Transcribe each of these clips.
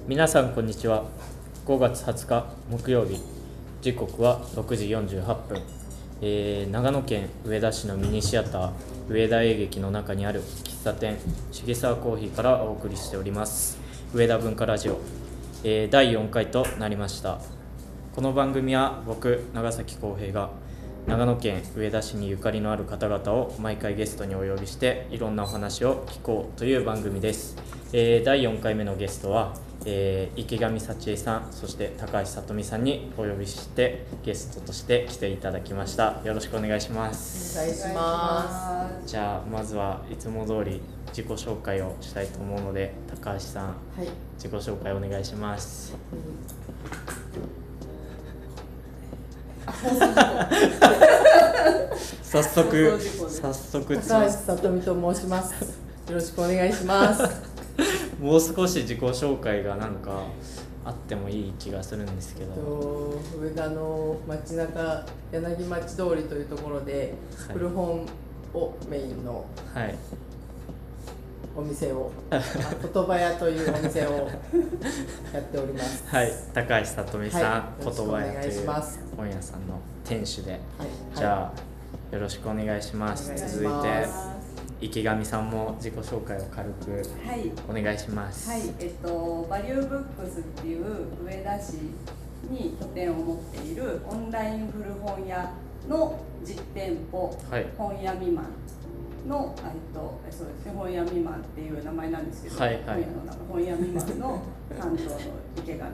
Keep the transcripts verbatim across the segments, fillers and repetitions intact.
皆さんこんにちは。ごがつはつか木曜日、時刻はろくじよんじゅうはっぷん、えー、長野県上田市のミニシアター上田映劇の中にある喫茶店重沢コーヒーからお送りしております上田文化ラジオ、えー、だいよんかいとなりました。この番組は僕長崎浩平が長野県上田市にゆかりのある方々を毎回ゲストにお呼びしていろんなお話を聞こうという番組です。えー、だいよんかいめのゲストは、えー、池上幸恵さん、そして高橋さとみさんにお呼びしてゲストとして来ていただきました。よろしくお願いします。 お願いします。 じゃあまずはいつも通り自己紹介をしたいと思うので、高橋さん、はい、自己紹介お願いします。早速早速高橋さとみと申します。よろしくお願いします。 もう少し自己紹介がなんかあってもいい気がするんですけど、 上田の街中柳町通りというところで、はい、古本をメインのお店を、はい、言葉屋というお店をやっております。 はい、高橋さとみさん、はい、言葉屋という本屋さんの店主で、はい、じゃあよろしくお願いします。続いて池上さんも自己紹介を軽くお願いします。 はい、はい、えっとバリューブックスっていう上田市に拠点を持っているオンライン古本屋の実店舗、はい、本屋未満の、えっとそうですね、本屋未満っていう名前なんですけど、はいはい、本屋の名前本屋未満の担当の池上です。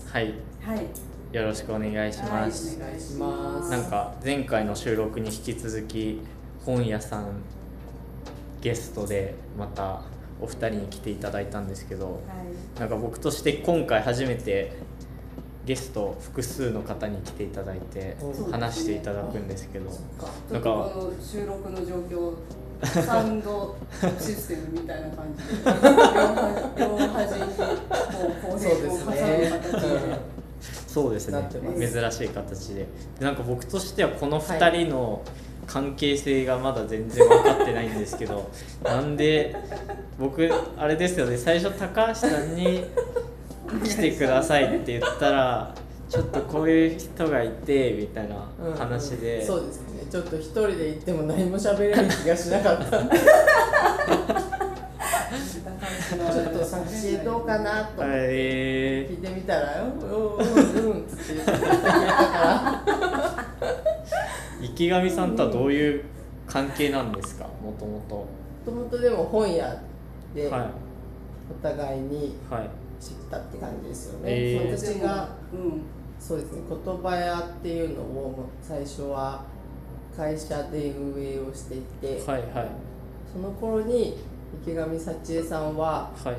はい。はい。よろしくお願いします。 はい、お願いします。 なんか前回の収録に引き続き本屋さんゲストでまたお二人に来ていただいたんですけど、はい、なんか僕として今回初めてゲスト複数の方に来ていただいて話していただくんですけど、 なんかこの収録の状況サウンドシステムみたいな感じで両端にこう構成を重ねる形で、 そうですね、珍しい形で、なんか僕としてはこのふたりの関係性がまだ全然分かってないんですけど、なんで僕あれですよね、最初高橋さんに来てくださいって言ったらちょっとこういう人がいてみたいな話で、 うんうん、そうですね、ちょっと一人で行っても何も喋れる気がしなかったちょっと作詞どうかなと思って聞いてみたら、うんうんうんって言ってくれたから池上さんとはどういう関係なんですか、もともと。もともとでも本屋でお互いに知ったって感じですよね。はい、えー、私が、うん、そうですね、言葉屋っていうのを最初は会社で運営をしていて、はいはい、その頃に池上幸恵さんは、はい、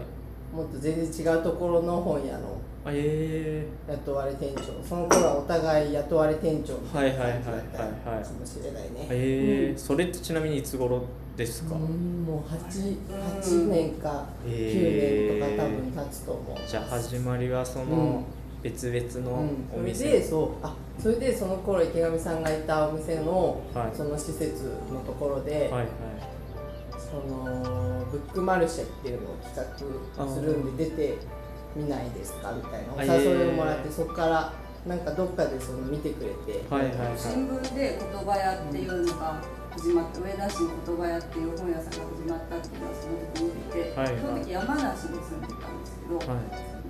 もっと全然違うところの本屋の雇われ店長、その頃はお互い雇われ店長みたいな感じだったかもしれないね。 えーうん、それってちなみにいつ頃ですか？ うんもう 8, 8年かきゅうねんとか多分経つと思う。 じゃあ始まりはその別々のお店、 うんうん、それでそうあそれでその頃池上さんがいたお店の、はい、その施設のところで、はいはい、そのブックマルシェっていうのを企画するんで出て見ないですかみたいなお誘いをもらって、そこからなんかどっかでその見てくれて、 はいはいはい、新聞で言葉屋っていうのが始まって、上田市に言葉屋っていう本屋さんが始まったっていうのはその時に見てて、はいはい、その時山梨に住んでたんですけど、はい、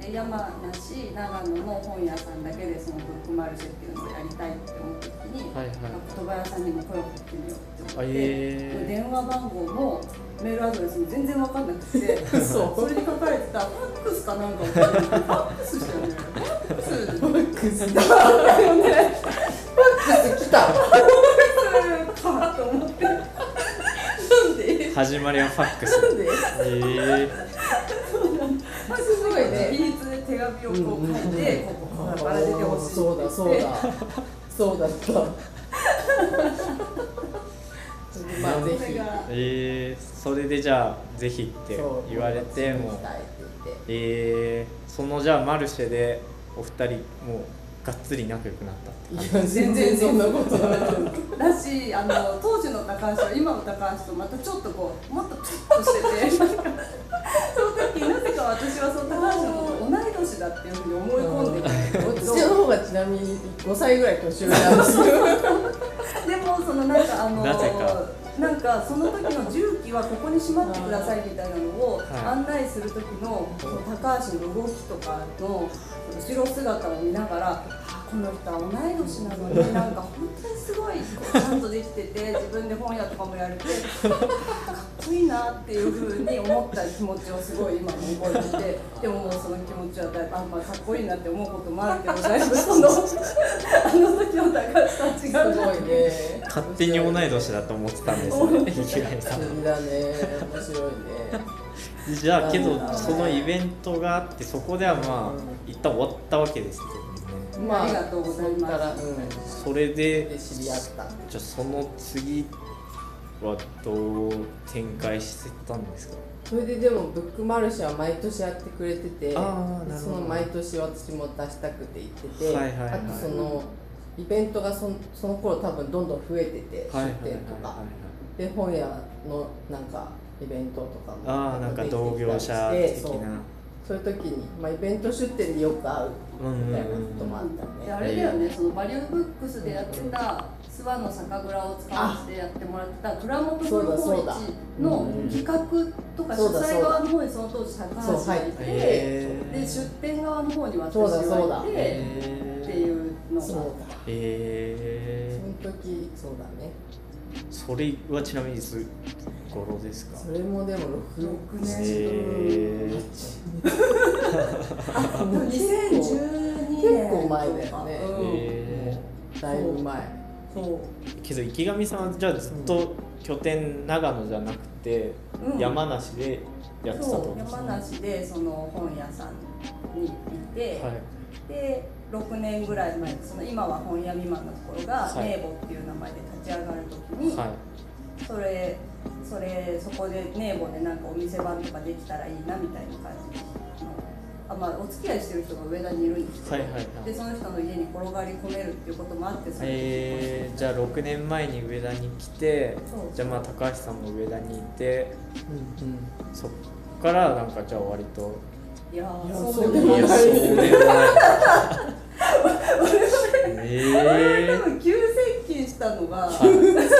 で山梨長野の本屋さんだけでそのブックマルシェっていうのをやりたいって思った時に、はいはい、言葉屋さんにも声をかけてみようって思って、えー、電話番号もメールアドレスも全然分かんなくてそうそれに書かれてたファックスかなんかをファックスしたよねファックスファックスだよねファックス来たファックスかと思ってなんで始まりはファックスなんでえー、すごいね、秘密で手紙をこう書いて、ここから出てほしいってそうだそうだそうだったまあ、ぜひえー、それでじゃあぜひって言われてもえー、そのじゃあマルシェでお二人もうがっつり仲良くなったって感じ。 いや全然そんなことないだし、あの当時の高橋は今の高橋とまたちょっとこうもっとピッとしててその時なぜか私はその高橋のこと同い年子だっていうふうに思い込んでるんだけど、 私の方がちなみにごさいぐらい年上なんですよでもそのなんかあのなぜかなんかその時の重機はここにしまってくださいみたいなのを案内する時のその高橋の動きとかの後ろ姿を見ながら、あ、この人は同い年なのになんか本当にすごいちゃんとできてて、自分で本屋とかもやれてかっこいいなっていう風に思った気持ちをすごい今も覚えてて、でももうその気持ちはだいぶあんまかっこいいなって思うこともあるけど、だいぶそのあの時の高橋さん違うなって。 すごいね。 勝手に同い年だと思ってたんですね池上さん。 不思議だね。面白いね。 じゃあけどそのイベントがあって、そこではまあ一旦終わったわけですけどね。 まあ、ありがとうございます。 うん、それで知り合った。 じゃあその次はどう展開してたんですか？ それででもブックマルシェは毎年やってくれてて、 あー、 その毎年私も出したくて行ってて、 はいはいはい、 あとそのイベントがそのその頃多分どんどん増えてて、出店とかで本屋のなんかイベントとかもあー、なんか同業者的な、 そういう時に、まあ、イベント出店でよく会うみたいなこともあったね。 であれだよね、そのバリューブックスでやってた諏訪の酒蔵を使わせてやってもらってた蔵元古本市の企画とか主催側の方にその当時高橋がいて、で出店側の方に私がいてっていうのが、 そうだ、 えー、その時そうだね。 それはちなみにいつ頃ですか？ それもでもろくねん、 えー、 あ、にせんじゅうにねん結構前だよね、 うん、 えー、だいぶ前。 そうけど池上さんはじゃあずっと拠点長野じゃなくて、うん、山梨でやってたと思うんですね。 山梨でその本屋さんにいて、はい、でろくねんぐらい前、その今は本屋未満のところが、はい、ネーボっていう名前で立ち上がるときに、はい、それそれそこでネーボでなんかお店番とかできたらいいなみたいな感じで、あ、まあ、お付き合いしてる人が上田にいるんですけど、はいはいはい、でその人の家に転がり込めるっていうこともあって、それえー、じゃあろくねんまえに上田に来て、じゃあまあ高橋さんも上田にいて、うんうん、そっからなんかじゃあ割といやー、 そうでもないですね。 えー、多分急接近したのが私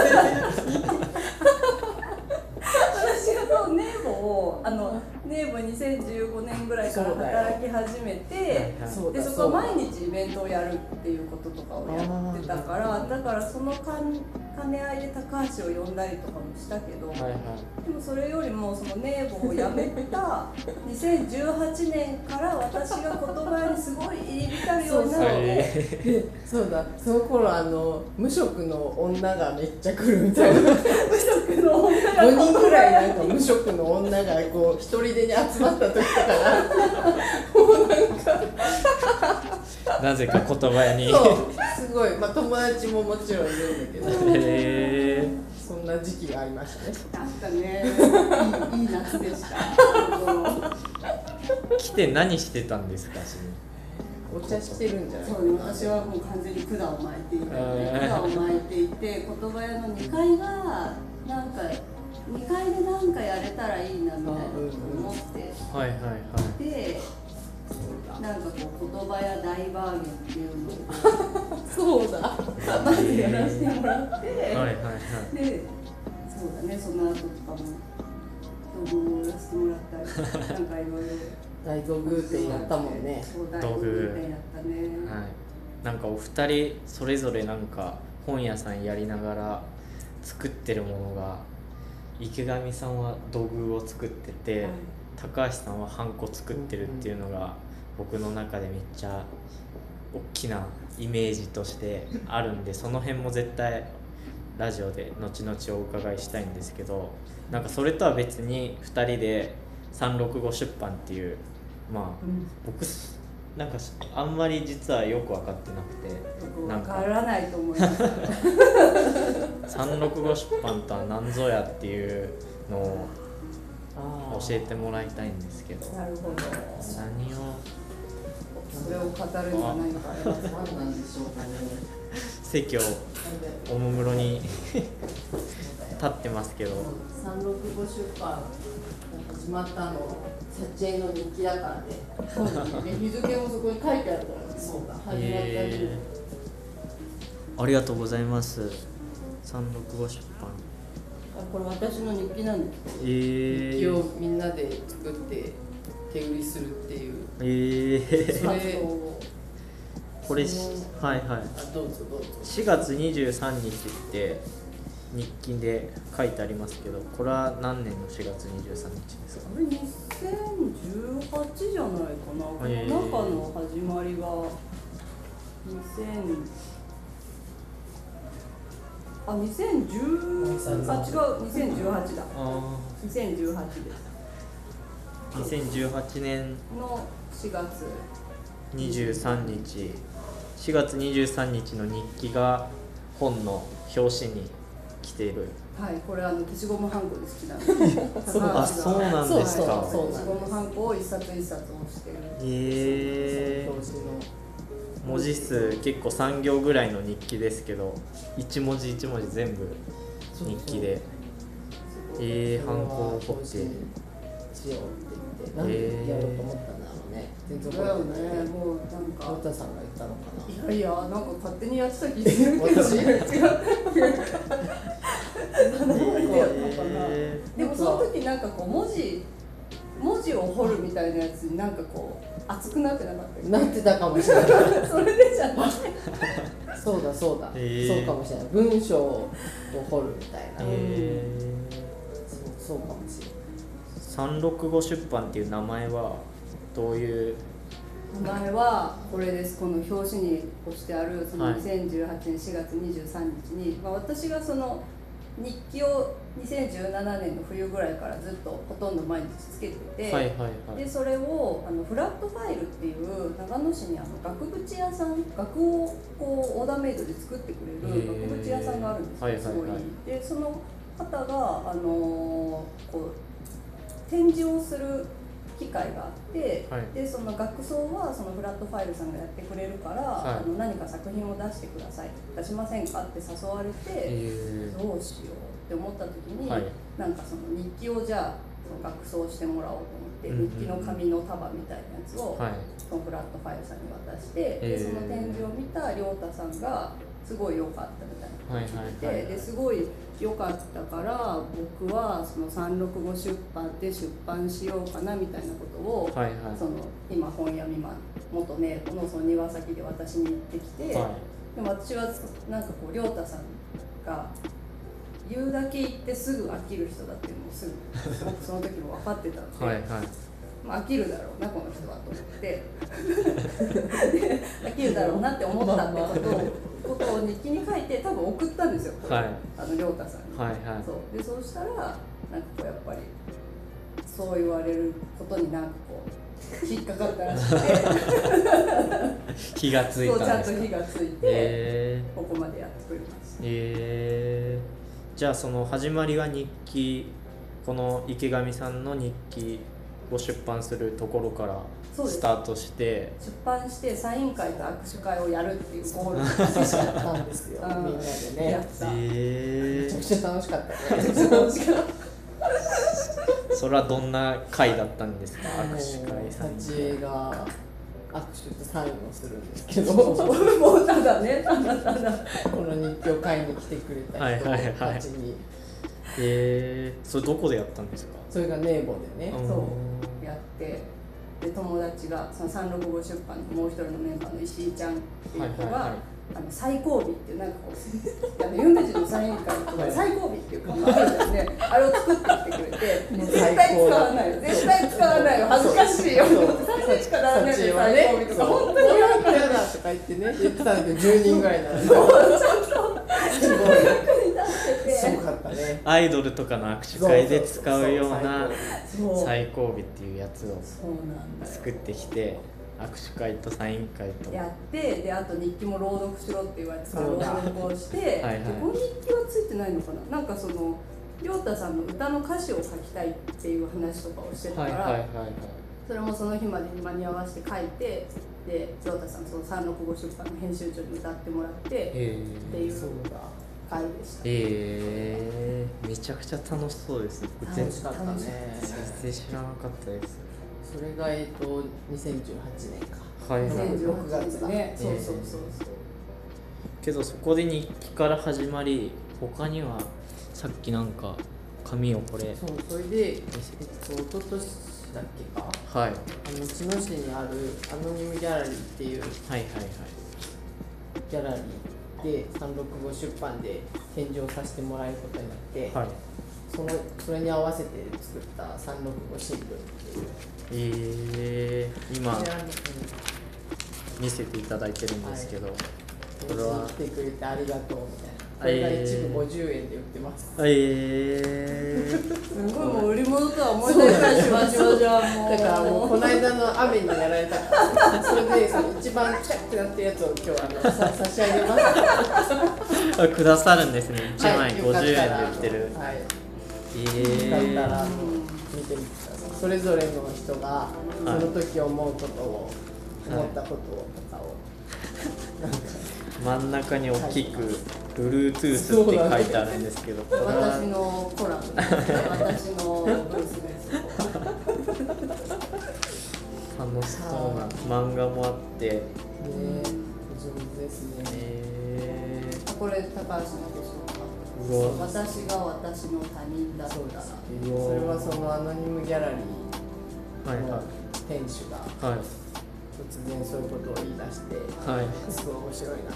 がそうネーボをあのネーボにせんじゅうごねんぐらいから働き始めて、そでそこは毎日イベントをやるっていうこととかをやってたから、だからその兼ね合いで高橋を呼んだりとかもしたけど、はいはい、でもそれよりもそのネーボを辞めたにせんじゅうはちねんから私が言葉にすごい入り浸るようになって、 そうだ、その頃あの無職の女がめっちゃ来るみたいな無職の女がごにんぐらいなんか無職の女がこう一人でに集まった時とかなもうなんかなぜか言葉にそうすごい、まあ、友達ももちろんいるんだけど、 へー、 そんな時期がありましたね。 あったね、いい、いい夏でした来て何してたんですか？ お茶してるんじゃない？ そう、私はもう完全に管を巻いていて、管を巻いていて、言葉屋のにかいがなんかにかいでなんかやれたらいいなみたいなこと思って、 はいはいはい、 でなんかこう言葉屋大バーゲンっていうのをそうだまずやらせてもらって、 はいはいはい、 でそうだね、その後とかも道具をやらせてもらったりなんかいろいろ大道具店やったもんね。 そう、大道具店やったね。 はい、なんかお二人それぞれなんか本屋さんやりながら作ってるものが、池上さんは道具を作ってて、はい、高橋さんはハンコ作ってるっていうのが僕の中でめっちゃ大きなイメージとしてあるんで、その辺も絶対ラジオで後々お伺いしたいんですけど、なんかそれとは別にふたりでさんろくご出版っていう、まあ、うん、僕なんかあんまり実はよく分かってなくて、 なんか分からないと思いますさんろくご出版とは何ぞやっていうのを教えてもらいたいんですけど。 なるほど。 何をそれを語るんじゃないか、何なんでしょうかね。 席をおもむろに立ってますけど、 さんろくご出版始まったの撮影の日記だからね。そうだね。日付もそこに書いてあるから。そうだ。始まった日。 えー、ありがとうございます。さんろくご出版。 あ、これ私の日記なんです。 えー、 日記をみんなで作って手売りするっていう。 えー、 それこれはいはい。 あ、どうぞどうぞ。 しがつにじゅうさんにちって日記で書いてありますけど、これは何年のしがつにじゅうさんにちですか？ あれにせんじゅうはちじゃないかな。この中の始まりがにせんあにせんじゅうあ違うにせんじゅうはちだ。にせんじゅうはちです。 にせんじゅうはちねんのしがつにじゅうさんにち、しがつにじゅうさんにちの日記が本の表紙に来ている。 はい、これあの消しゴムはんこで好きなんです。 あ、そうなんですか。 消しゴムはんこを一冊一冊押してる。 えー、文字数結構さんぎょうぐらいの日記ですけど、一文字一文字全部日記で。えー、はんこを彫って。しようって言って、なんでやろうと思ったんだろうね。全然覚えてないね。もうなんか太田さんが言ったのかな。いやいや、なんか勝手にやってた気がするけど、違う。でもその時なんかこう文字文字を彫るみたいなやつになんかこう熱くなってなかったっけ？ なってたかもしれない。 それでじゃない。 そうだそうだ、えー、そうかもしれない。文章を彫るみたいな。 えー、そう、そうかもしれない。 さんろくご出版っていう名前はどういう？ 名前はこれです。この表紙に押してあるそのにせんじゅうはちねんしがつにじゅうさんにちに、まあ、私がその日記をにせんじゅうななねんの冬ぐらいからずっとほとんど毎日つけてて、 はいはいはい、 でそれをあのフラットファイルっていう長野市にあの額縁屋さん、額をこうオーダーメイドで作ってくれる額縁屋さんがあるんですよ、はいはいはい、すごい。でその方が、あのー、こう展示をする機会があって、はい、でその額装はそのフラットファイルさんがやってくれるから、はい、あの何か作品を出してください、出しませんかって誘われて、どうしようって思った時に、はい、なんかその日記をじゃあその額装してもらおうと思って、うんうんうん、日記の紙の束みたいなやつを、はい、そのフラットファイルさんに渡して、でその展示を見た亮太さんがすごい良かったみたいなことを言ってて、はいはいはいはい、ですごい良かったから僕はそのさんろくご出版で出版しようかなみたいなことを、はいはい、その今本屋未満元ネートのその庭先で私に言ってきて、はい、でも私はなんかこう亮太さんが言うだけ言ってすぐ飽きる人だっていうのをすぐ僕その時も分かってたんで、はいはい、まあ、飽きるだろうなこの人はと思って飽きるだろうなって思ったってことをことを日記に書いて多分送ったんですよ、はい、あの亮太さんに、はいはい、そうでそうしたらなんかこうやっぱりそう言われることになんかこう引っかかったらしくて火がついたんですか？そう、ちゃんと火がついて、えー、ここまでやってくれました。 えー、じゃあその始まりは日記、この池上さんの日記を出版するところからスタートして出版してサイン会と握手会をやるっていうゴールをやったんですよみんなでね。 やった、 えー、めちゃくちゃ楽しかったね。 めちゃくちゃ楽しかったそれはどんな会だったんですか？握手会、サイン会。 立ち絵が握手とサインをするんですけどもうただねただただこの日記を買いに来てくれた人たちに、はいはいはい、 えー、それどこでやったんですか？ それがネーボでね、 そうやってで友達がそのさんろくご出版のもう一人のメンバーの石井ちゃんっていう子が、はいはいはい、あの最後尾っていうなんかこうあの有名人のサイン会とか最後尾っていうかあるんですね。あれを作ってきてくれて絶対使わないよ絶対使わないよ恥ずかしいよさんにんしかならないで最後尾とか本当に嫌だ嫌だとか言ってね言ってたんだけどじゅうにんぐらいなんですよ。 そうちゃんとすごい役に立っててすごかったね。 アイドルとかの握手会で使うような最後尾っていうやつを作ってきて握手会とサイン会とやってであと日記も朗読しろって言われて朗読をしてはい、はい、でこの日記はついてないのかななんかその亮太さんの歌の歌詞を書きたいっていう話とかをしてたから、はいはいはいはい、それもその日までに間に合わせて書いてで亮太さんそのさんろくご出版の編集長に歌ってもらってっていう回でした。 えー、めちゃくちゃ楽しそうですね。 楽しかったね。 全然知らなかったです。 それがえっとにせんじゅうはちねんか、 はいはい、 ろくがつだね、そうそうそうそう。 けどそこで日記から始まり、他にはさっきなんか紙をこれ、 そう、それで、えっと、一昨年だっけか、 はい、 あの茅野市にあるアノニムギャラリーっていう、はいはいはい、 ギャラリーでさんろくご出版で展示をさせてもらえることになって、はい、そのそれに合わせて作ったさんろくご新聞っていう、 えー、今見せていただいてるんですけど、はい、 これは来てくれてありがとうみたいな。これが一部ごじゅうえんで売ってます。 えー、すごいもう売り物とは思えないくらいしましまじゃん。もうだからもうこの間の雨にやられたからそれでその一番キャッてなってるやつを今日あのさ差し上げますくださるんですね。いちまいごじゅうえんで売ってる。 はい、 えー、 よかったら見てみてください。それぞれの人がその時思うことを、思ったこととかをなんか真ん中に大きく Bluetooth って書いてあるんですけど、これは私のコラム私のブースです。 楽しそうな漫画もあって、ね、 上手ですね。 えー、これ高橋のでしょうか。私が私の他人だったら、 それはそのアノニムギャラリーの店主が、はいはい、突然そういうことを言い出して、はい、すごい面白いなと思って、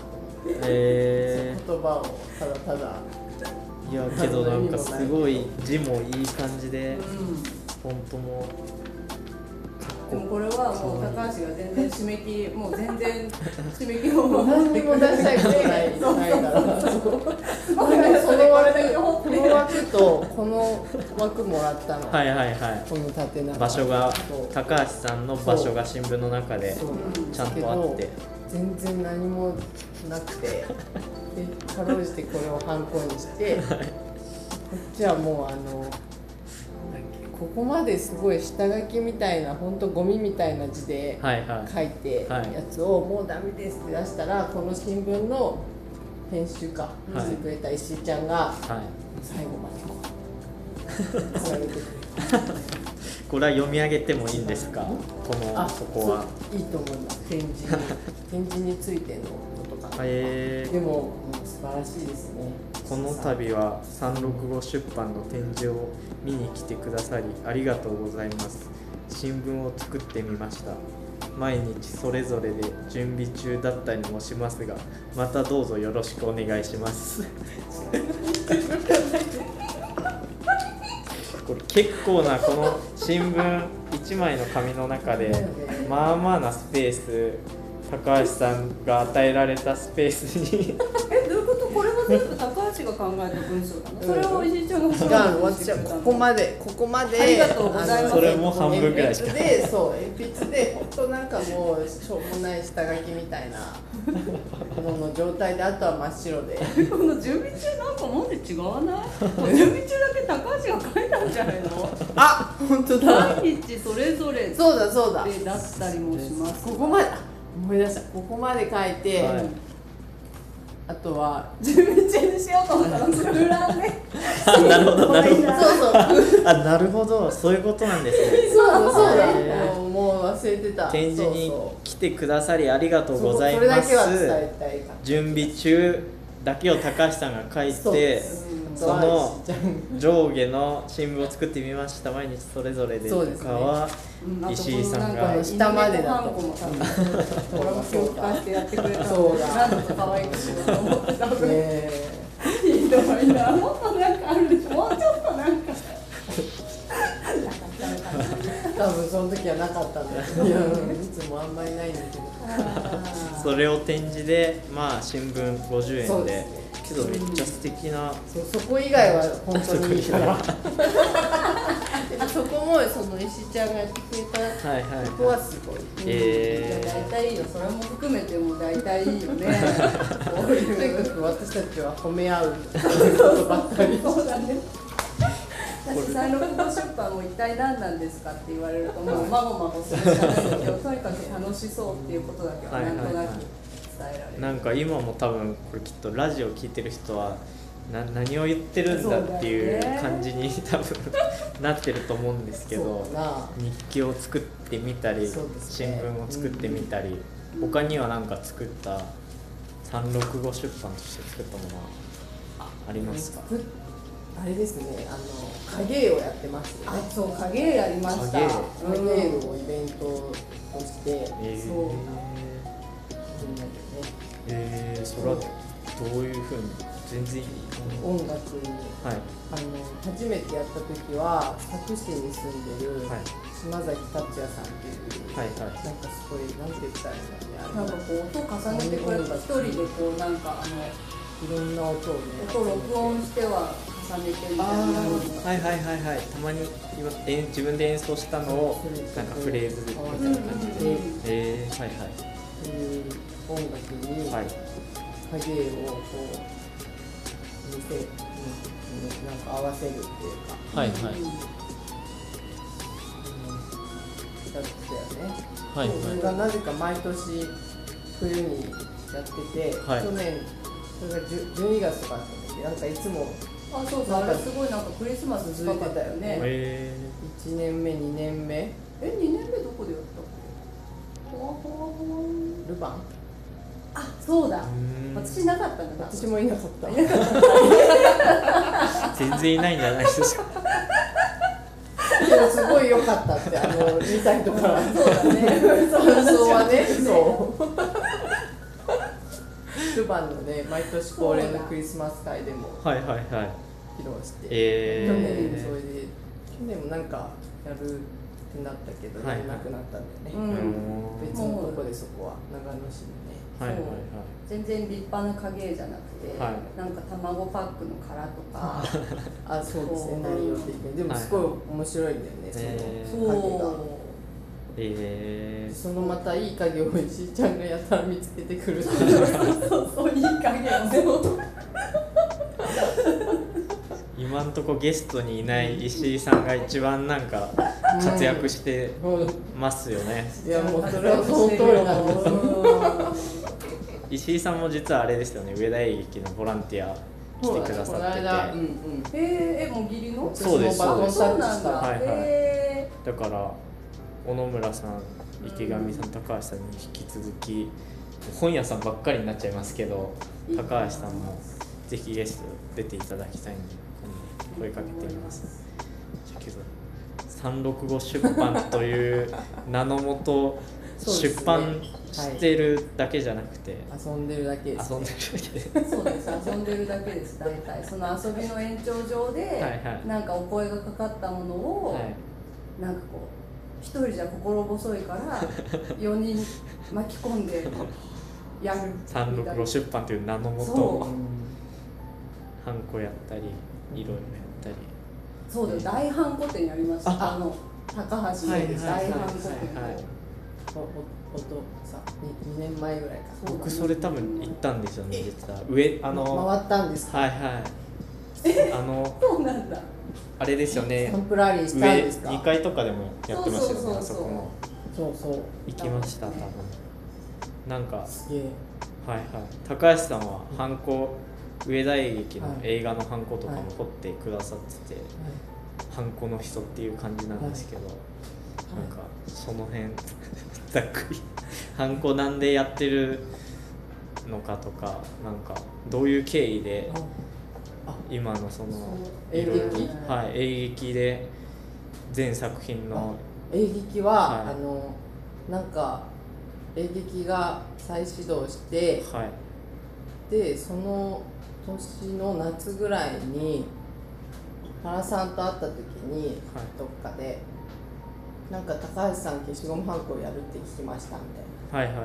えー、言葉をただただいやけどなんかすごい字もいい感じで、うん、フォントもでもこれはもう高橋が全然締め切りもう全然締め切りを何にも出したいことないないからその枠この枠とこの枠もらったの。 はいはいはい。 この縦長場所が高橋さんの場所が新聞の中でちゃんとあって、 全然何もなくてでかろうじてこれをハンコにしてこっちはもうあのここまですごい下書きみたいな本当ゴミみたいな字で書いてやつをもうダメですって出したら、この新聞の編集家してくれた石井ちゃんが最後までこうつなげてくれた。 これは読み上げてもいいんですか？このそこはいいと思います。展示に展示についてのことかな。でももう素晴らしいですね。 この度はさんろくご出版の展示を見に来てくださりありがとうございます。新聞を作ってみました。毎日それぞれで準備中だったりもしますが、またどうぞよろしくお願いしますこれ結構なこの新聞いちまいの紙の中でまあまあなスペース、高橋さんが与えられたスペースにえ、どういうこと？これは全部高橋が考えた文章なの？それを石井ちゃんが違うの。私はここまでここまでありがとうございます。 それも半分ぐらいしか鉛筆でそう鉛筆で本当なんかもうしょうもない下書きみたいなのの状態で、あとは真っ白でこの準備中なんか文字違わない？準備中だけ高橋が書いたんじゃないの？ あ、本当だ。 毎日それぞれそうだそうだでだったりもします。 ここまで思い出した。ここまで書いて、はい、あとは準備中にしようと思ったら空欄でなるほどなるほど。 そうそうあ、なるほど、そういうことなんですね。 そうだそうだ、もう、もう忘れてた。 展示に来てくださりありがとうございます。 それだけは伝えたいか。 準備中だけを高橋さんが書いて、その上下の新聞を作ってみました。毎日それぞれでとかは石井さんが下までだとこれも評価してやってくれたので、なんと可愛くしようと思ってたので、ひどいな。もっとなんかあるでしょ。もうちょっとなんか多分その時はなかったんだけど、いつもあんまりないんだけどそれを展示で、まあ新聞ごじゅうえんで、けどめっちゃ素敵な、 そう、そこ以外は本当にいいからそこもその石ちゃんがやってくれた、はいはいはい、ここはすごい、 えー、 大体いいよ。それも含めても大体いいよねとにかく私たちは褒め合うことばっかりそうだね。私さんろくご出版も一体何なんですかって言われるともうまごまごするしかないんだけど、とにかく楽しそうっていうことだけはなんとなく伝えられる、はいはいはい、 なんか今も多分これきっとラジオ聞いてる人はな何を言ってるんだっていう感じに多分なってると思うんですけど、日記を作ってみたり、ね、新聞を作ってみたり、うん、他には何か作ったさんろくご出版として作ったものはありますか？ あれですね、あの影絵をやってました、ね、 あ、そう、影絵やりました。影絵をイベントとして、えー、そう、 えー、それはどういうふうに全然いい音楽に、はい、あの初めてやった時は佐久市に住んでる島崎達也さんっていう、はいはい、なんかすごいなんて言ったらいいんだろうね、 なんかこう音重ねてくれた一人でこうなんかあのいろんな音をね音録音しては重ねてみたいな、 はいはいはいはい、たまに今自分で演奏したのをなんかフレーズみたいな感じで、えー、はいはいっていう音楽に影絵をこう見せ、うん、なんか合わせるっていうか、 はいはい、うん、 だったよね。 はいはい、 それがなぜか毎年冬にやってて、はい、去年それがじゅうにがつとかだったんで、なんかいつもあ、そうそう、あれすごいなんかクリスマス近かったよね。 へー、いちねんめ、にねんめ、 え、にねんめどこでやったっけ？ほわほわほわルヴァン。 あ、そうだ。私なかったんだな。 私もいなかった。 全然いないんじゃないですか。 でもすごい良かったって、あの見た人から。 そうだね。 感想はね、そう。ルヴァンのね、毎年恒例のクリスマス会でもはいはいはい披露して、 えー、 去年それで去年もなんかやるってなったけど、やれなくなったんだよね、はいはい、うん、別のとこでそこは長野市のね、 はいはいはい、 全然立派な影絵じゃなくて、はい、なんか卵パックの殻とかあ、そうですね、内容的にでもすごい面白いんだよね、はい、その影が、 えー、 そのまたいい影を石井ちゃんがやたら見つけてくるそうそう、いい影をでも今んとこゲストにいない石井さんが一番なんか活躍してますよね、 うん、いやもうそれはその通りなんです石井さんも実はあれですよね、上田映劇のボランティア来てくださってて、うんうん、 えー、え、もう義理の？ そうです、そうです、 そうなんだ、 はいはい、 えー、だから小野村さん、池上さん、高橋さんに引き続き本屋さんばっかりになっちゃいますけど、高橋さんもぜひゲスト出ていただきたいんで声かけてみます。けどさんろくご出版という名のもと出版してるだけじゃなくて、 遊んでるだけです、 ね、遊んでるだけでそうです、遊んでるだけです。大体その遊びの延長上で、はいはい、なんかお声がかかったものを、はい、なんかこう一人じゃ心細いからよにん巻き込んでやるさんろくご出版という名のもとハンコやったりいろいろやったり、 そうだよ、大ハンコ展やりました。あの高橋の大ハンコ展おとさにねんまえぐらいか。 僕それ多分行ったんですよね、実は上あの回ったんですか。 はいはいあのそうなんだ、 あれですよね、 サンプラリーしたんですか。 にかいとかでもやってましたよね、あそこも。 そうそう行きました、多分。なんかすげえ、 はいはい、高橋さんはハンコ、上田映劇の映画のハンコとかも彫ってくださってて、はいはい、ハンコの人っていう感じなんですけど、はい、なんかその辺ざっくりハンコなんでやってるのかとか、なんかどういう経緯で今のその映劇、 はい、映劇で全作品の映劇は、はい、あのなんか映劇が再始動して、はい、でその年の夏ぐらいに原さんと会った時に、はい、どっかでなんか高橋さん消しゴムハンコをやるって聞きましたみたいな、 はいはいはい、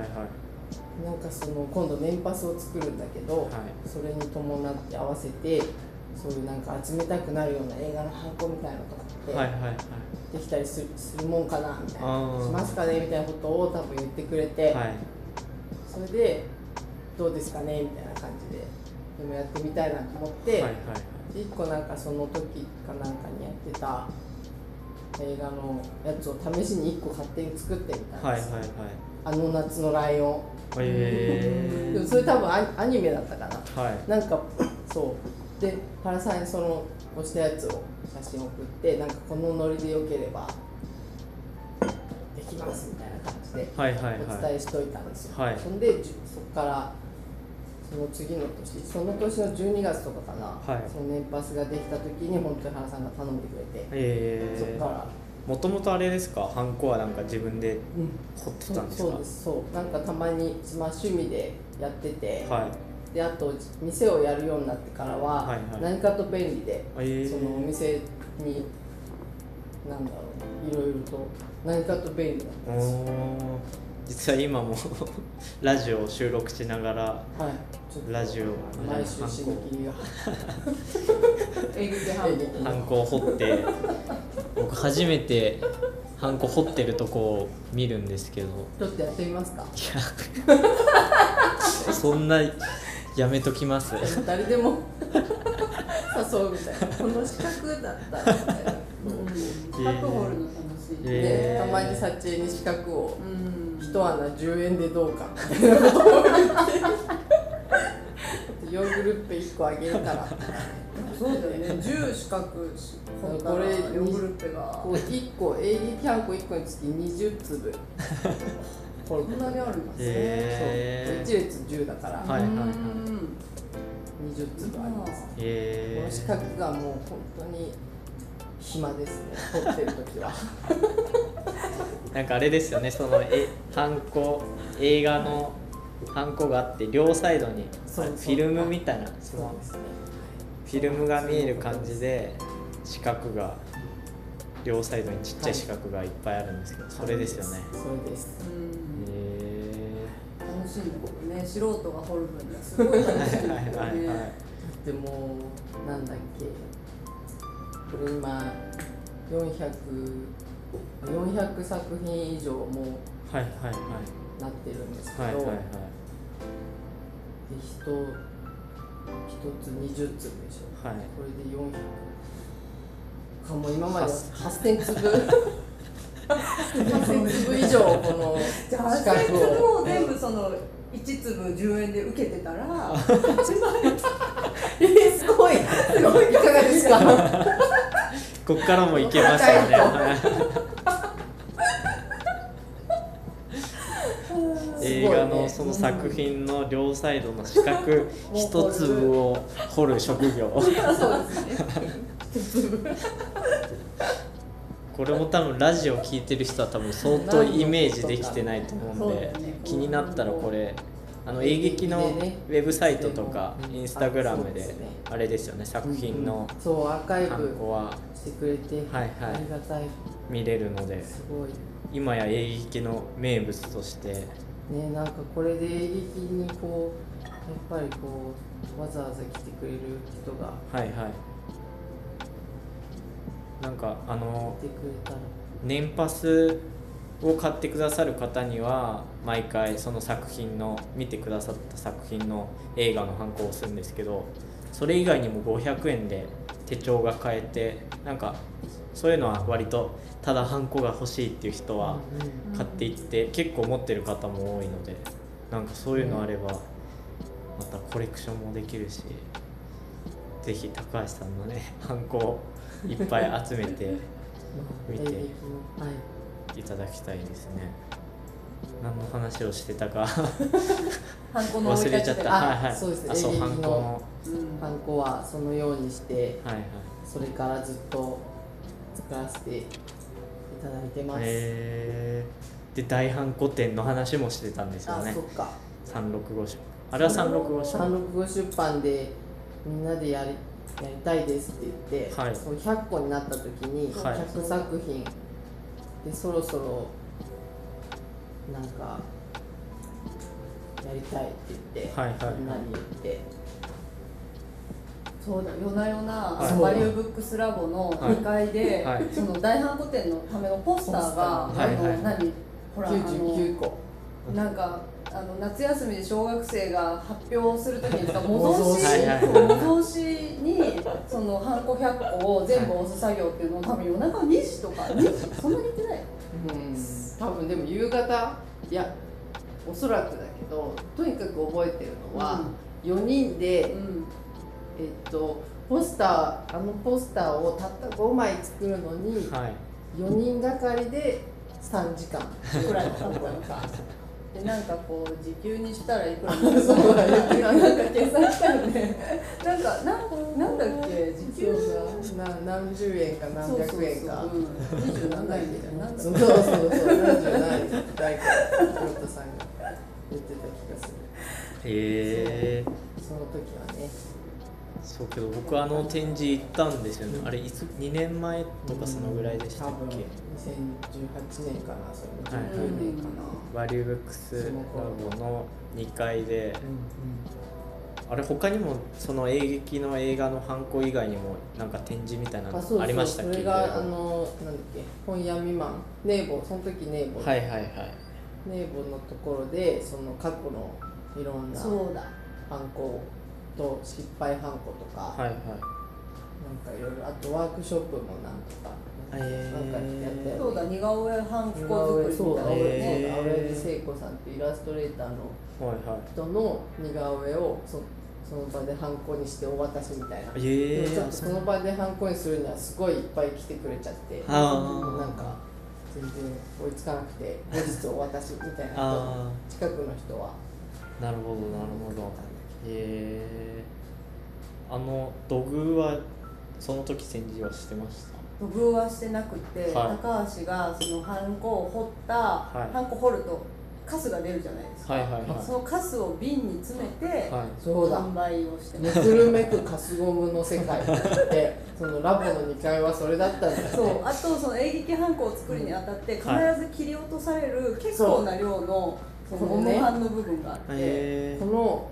なんかその今度年パスを作るんだけど、はい、それに伴って合わせてそういうなんか集めたくなるような映画のハンコみたいなのとかって、はいはいはい、できたりす る, するもんかなみたいな、しますかねみたいなことを多分言ってくれて、はい、それでどうですかねみたいな感じででもやってみたいなと思って、はいはい、いっこなんかその時かなんかにやってた映画のやつを試しにいっこ勝手に作ってみたんです、はいはいはい、あの夏のライオン、えー、でもそれ多分アニメだったかな、はい、なんかそうで原さんにその押したやつを写真送ってなんかこのノリでよければできますみたいな感じでお伝えしといたんですよ、はいはいはい、そんでそこからその次の年その年のじゅうにがつとかかな、はい、その年パスができた時に本当に原さんが頼んでくれて、えー、そこからもともとあれですか、ハンコはなんか自分で彫ってたんですか？ うん、そうそうです、そうなんかたまに、まあ、趣味でやってて、はい、であと店をやるようになってからは、はいはい、何かと便利で、えー、そのお店になんだろういろいろと何かと便利なんです。 実は今もラジオを収録しながら、はい、ラジオ毎週締め切りがえぐてハンコを彫って僕初めてハンコ彫ってるとこを見るんですけど、 ちょっとやってみますか？ いやそんなやめときます誰でも誘うみたいな、この四角だったらみたいな、 四角彫るの楽しい、 えー、たまに撮影に四角を一穴じゅうえんでどうかみたいなことを言ってヨーグルッペいっこあげるからそうだよね、じゅう四角彫ったらヨーグルッペがこういっこ、エーディー キャンコいっこにつきにじゅうつぶこんなにあるんですね、 えー、そういち列じゅうだから、はいはいはい、にじゅうつぶあります、えー、この四角がもう本当に暇ですね、撮ってる時はなんかあれですよね、そのえハンコ映画のハンコがあって両サイドにフィルムみたいなそのフィルムが見える感じで四角が両サイドにちっちゃい四角がいっぱいあるんですけど、それですよね。 そうです。 へー、楽しいんだけどね、素人が彫る分にはすごい楽しいんですよね。 でもなんだっけ、これ今よんひゃく、よんひゃくさくひん以上もなってるんですけど、はいはいはい、でひとつにじゅうつぶでしょ、はい、これでよんひゃくかも今までははっせんつぶはっせんつぶ以上この四角をはっせんつぶを全部そのいちつぶじゅうえんで受けてたらいちまんえんえー、すごいすごいいかがですかこっからもいけますよね映画のその作品の両サイドの四角一粒を彫る職業そうですねこれも多分ラジオ聞いてる人は多分相当イメージできてないと思うんで、気になったらこれあの映劇のウェブサイトとかインスタグラムであれですよね、作品のハンコはしてくれてありがたい見れるので、今や映劇の名物としてね、なんかこれで映劇にこうやっぱりこうわざわざ来てくれる人がはいはいなんかあの年パスを買ってくださる方には毎回その作品の見てくださった作品の映画のハンコを押すんですけど、それ以外にもごひゃくえんで手帳が買えて、なんかそういうのは割とただハンコが欲しいっていう人は買っていって結構持ってる方も多いので、なんかそういうのあればまたコレクションもできるし、ぜひ高橋さんのねハンコをいっぱい集めて見ていただきたいですね。何の話をしてたか忘れちゃった。 はいはい、そうですね、映劇のハンコはそのようにして、はいはい、それからずっと作らせていただいてます。 へー、で大ハンコ展の話もしてたんですよね。 あ、そっか。 さんろくご出版、あれはさんろくご出版さんろくご出版でみんなでやりやりたいですって言って、はい、そうひゃっこになった時にひゃくさくひん、はい、でそろそろなんかやりたいって言って、はいはいはい、みんなに言って、 そうだ、夜な夜な、はい、バリューブックスラボのにかいで、はい、その大ハンコ展のためのポスターが、はいはい、あの何ほらきゅうじゅうきゅうこなんかあの夏休みで小学生が発表するときに使う模造紙模造紙にそのハンコひゃっこを全部押す作業っていうのを多分夜中にじとかにじそんなに行ってない、 うん、多分でも夕方、いやおそらくだけどとにかく覚えてるのは、うん、よにんで、うん、えっとポスターあのポスターをたったごまい作るのに、はい、よにんがかりでさんじかんくらいかかったのかでなんかこう時給にしたらいくらになるのかなんか計算したよねなんかななんだっけ時給がな何十円か何百円かにじゅう何代みたいなそうそうそう何十何代か京都さんが言ってた気がする。 へえ。 その時はね。 そうけど僕あの展示行ったんですよね、うん、あれいつにねんまえとかそのぐらいでしたっけ、 うん、にせんじゅうはちねんかな、それもじゅうきゅうねんかな、 バリューブックスラボのにかいで、うんうん、あれ他にもその映劇の映画のハンコ以外にもなんか展示みたいなのありましたっけ。 それがあのなんだっけ本屋未満ネーボーその時ネーボーはいはいはいネーボーのところでその過去のいろんなハンコと失敗ハンコとか、はいはい、なんかいろいろあとワークショップもなんとか、 えー、なんかやって、そうだ似顔絵ハンコ作りみたいな、 そうだ青柳聖子さんってイラストレーターの人の似顔絵をそその場でハンコにしてお渡しみたいな、えー、でもちょっとその場でハンコにするにはすごいいっぱい来てくれちゃって、なんか全然追いつかなくて後日お渡しみたいな人近くの人はなるほどなるほど。へえ。あの土偶はその時展示はしてました？ 土偶はしてなくて、はい、高橋がそのハンコを彫った、はい、ハンコ彫るとカスが出るじゃないですか、はいはいはい、そのカスを瓶に詰めて、はい、販売をしてます。 めくるめくカスゴムの世界でそのラボのにかいはそれだったんですね。 そうあとその映劇ハンコを作るにあたって必ず切り落とされる結構な量のそのゴム版の部分があって、 この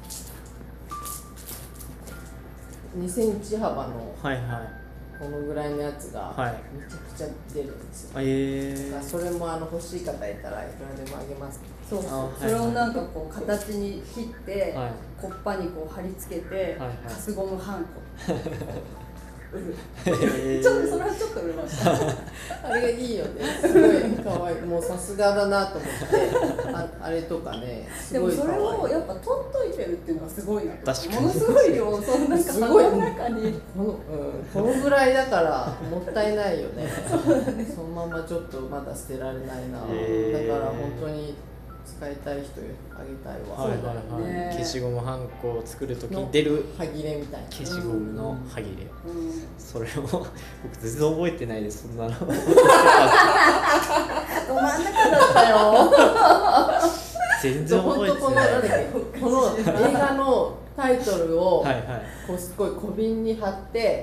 にセンチ幅のこのぐらいのやつがめちゃくちゃ出るんですよ、はいだからそれもあの欲しい方いたらいくらでもあげます。 そうそう、それをなんかこう形に切って、はい、コッパにこう貼り付けて、はいはい、カスゴムハンコ売るちょっとそれはちょっと売れましたあれがいいよね、すごい可愛いもうさすがだなと思ってあ, あれとかねすごい可愛い。 でもそれをやっぱ取っといてるっていうのがすごいなと。確かにものすごい量そのなんか箱の中にこの、うん、このぐらいだからもったいないよねそのままちょっとまだ捨てられないな、だから本当に使いたい人あげたいわ。 はいはいはい、消しゴムハンコを作るときに出る歯切れみたいな消しゴムの歯切れ、うん、それを僕全然覚えてないです。そんなのど真ん中だったよ全然覚えてないこの映画のタイトルをこうすごい小瓶に貼って、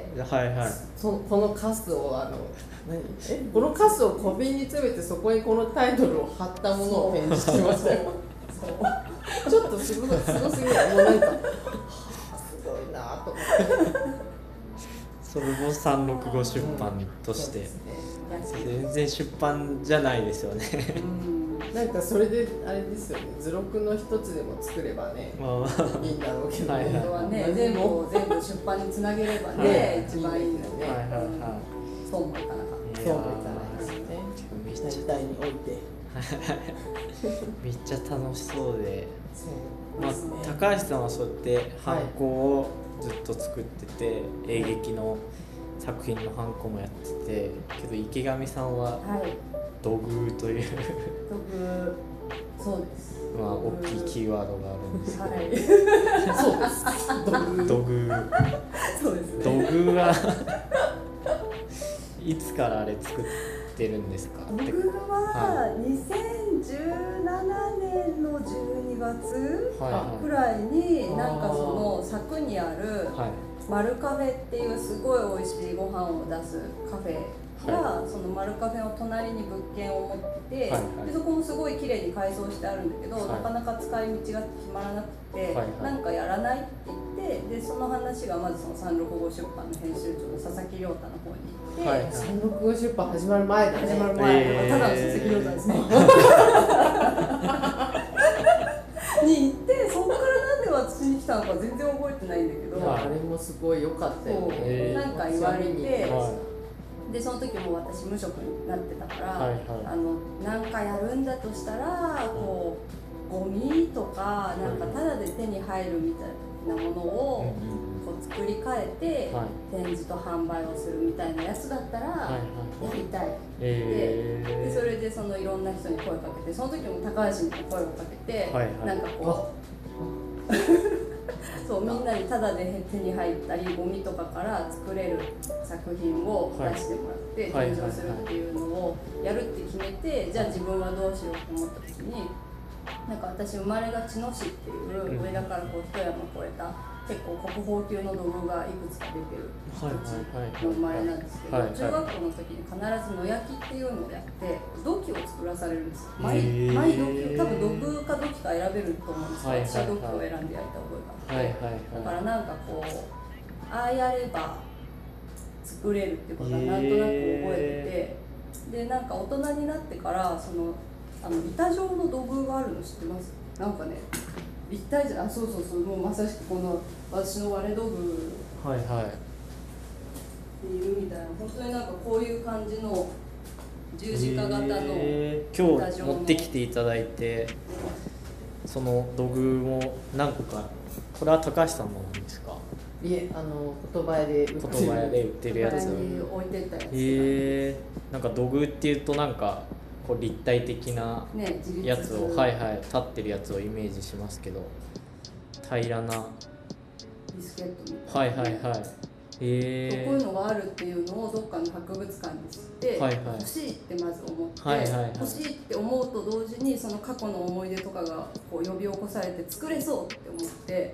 はいはい、そこのカスをあの何えこのカスを小瓶に詰めてそこにこのタイトルを貼ったものを展示してましたよそうちょっとすごすごすぎるもうなんかすごいなと思ってそれもさんろくご出版として、うんね、全然出版じゃないですよねうんなんかそれであれですよね、図録の一つでも作ればねいいんだろうけどね、 本当はね全部全部出版につなげればね、はい、一番いいんだよね、はいはいはい、そうもいかなかった。 そうもいかないですよね。めっちゃ大に置いてめっちゃ楽しそうで、そうですね、まあ、高橋さんはそうやってハンコをずっと作ってて、はい、映劇の作品のハンコもやっててけど池上さんは土偶という、はい、 土偶そうです。 まあ大きいキーワードがあるんですけど、 はい、そうです土偶そうですね。 土偶はいつからあれ作ってるんですか？ 土偶はにせんじゅうななねんのじゅうにがつくらいになんかその佐久にあるマルカフェっていうすごい美味しいご飯を出すカフェが、はい、そのマルカフェの隣に物件を持ってて、はいはい、でそこもすごい綺麗に改装してあるんだけど、はい、なかなか使い道が決まらなくて、はいはい、なんかやらないって言ってでその話がまずそのさんろくご出版の編集長の佐々木亮太の方に行って、はいはい、 さんろくご出版始まる前だね。 始まる前、えー、ただの佐々木亮太ですねに行ってそこからなんで私に来たのか全然覚えてないんだけど、 あれもすごい良かったよね。 なんか言われて、でその時も私無職になってたから、はいはい、あのなんかやるんだとしたらこうゴミとかなんかただで手に入るみたいなものをこう作り変えて、はい、展示と販売をするみたいなやつだったらやりたい、はいはい、えー、でそれでそのいろんな人に声かけて、その時も高橋に声をかけて、はいはい、なんかこうそうみんなにタダで手に入ったりゴミとかから作れる作品を出してもらって展示をするっていうのをやるって決めて、じゃあ自分はどうしようと思った時に、なんか私生まれが茅野市っていう上田からこう一山越えた結構国宝級の土偶がいくつか出てる土地の生まれなんですけど、中学校の時に必ず野焼きっていうのをやって土器を作らされるんですよ。毎毎土器、多分土偶か土器か選べると思うんですけど、私は土器を選んで焼いた覚えがあって、だからなんかこうああやれば作れるっていうことはなんとなく覚えてて、でなんか大人になってからそのあの板状の土偶があるの知ってます？なんかね立体じゃ、あ、そうそうそう、もうまさしくこの私の割れ土偶はいはいっていうみたいな、本当になんかこういう感じの十字架型の、 えー、今日持ってきていただいて、その土偶も何個か、これは高橋さんのなんですか？ いえ、あの言葉屋で売ってる言葉屋で売ってるやつを置いてったやつ。 えー、なんか土偶っていうとなんかこう立体的なやつを、ね、はいはい、立ってるやつをイメージしますけど、平らなビスケットみたいな、 はいはいはい、えー、 こういうのがあるっていうのをどっかの博物館に知って、はいはい、欲しいってまず思って、はいはいはい、欲しいって思うと同時にその過去の思い出とかがこう呼び起こされて作れそうって思って、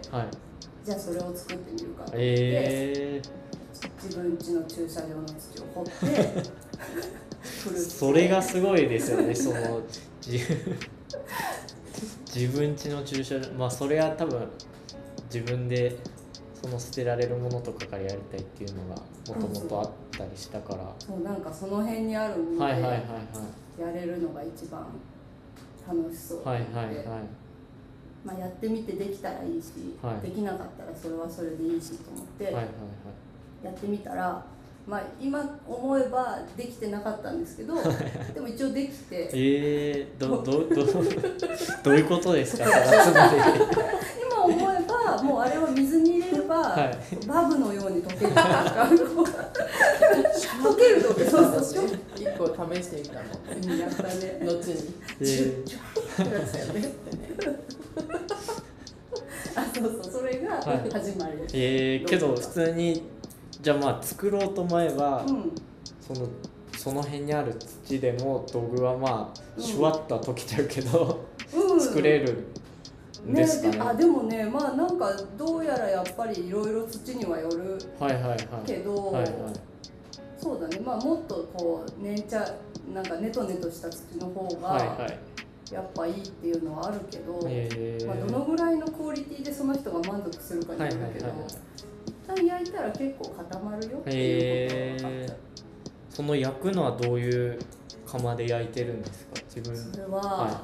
はい、じゃあそれを作ってみるかって言って、えー、自分家の駐車場の土を掘ってそれがすごいですよね。その自分家の駐車場、まあそれは多分自分でその捨てられるものとかからやりたいっていうのがもともとあったりしたから、 そうなんかその辺にあるものでやれるのが一番楽しそうなので、はいはいはい、まあやってみてできたらいいし、はい、できなかったらそれはそれでいいしと思ってやってみたら、まあ、今思えばできてなかったんですけどでも一応できてえー、どどどどういうことですか？ 今思えばもうあれは水に入れれば、はい、バブのように溶ける溶けるとけそうそうそう一個試してみたのやったね後にえー、 あそうそうそれが始まりです、 はい、えー、けど普通にじゃあまあ作ろうと思えば、うん、そのその辺にある土でも土偶はまあシュワッとは溶けちゃうけど、うん、作れるんですかね。 ね、あでもね、まあなんかどうやらやっぱりいろいろ土にはよるけど、そうだね、まあもっとこう粘茶なんかネトネトした土の方がやっぱいいっていうのはあるけど、はいはい、まあ、どのぐらいのクオリティでその人が満足するかによるけど。はいはいはい、焼いたら結構固まるよっていうことが分かっちゃう。 その焼くのはどういう窯で焼いてるんですか？自分それは、はい、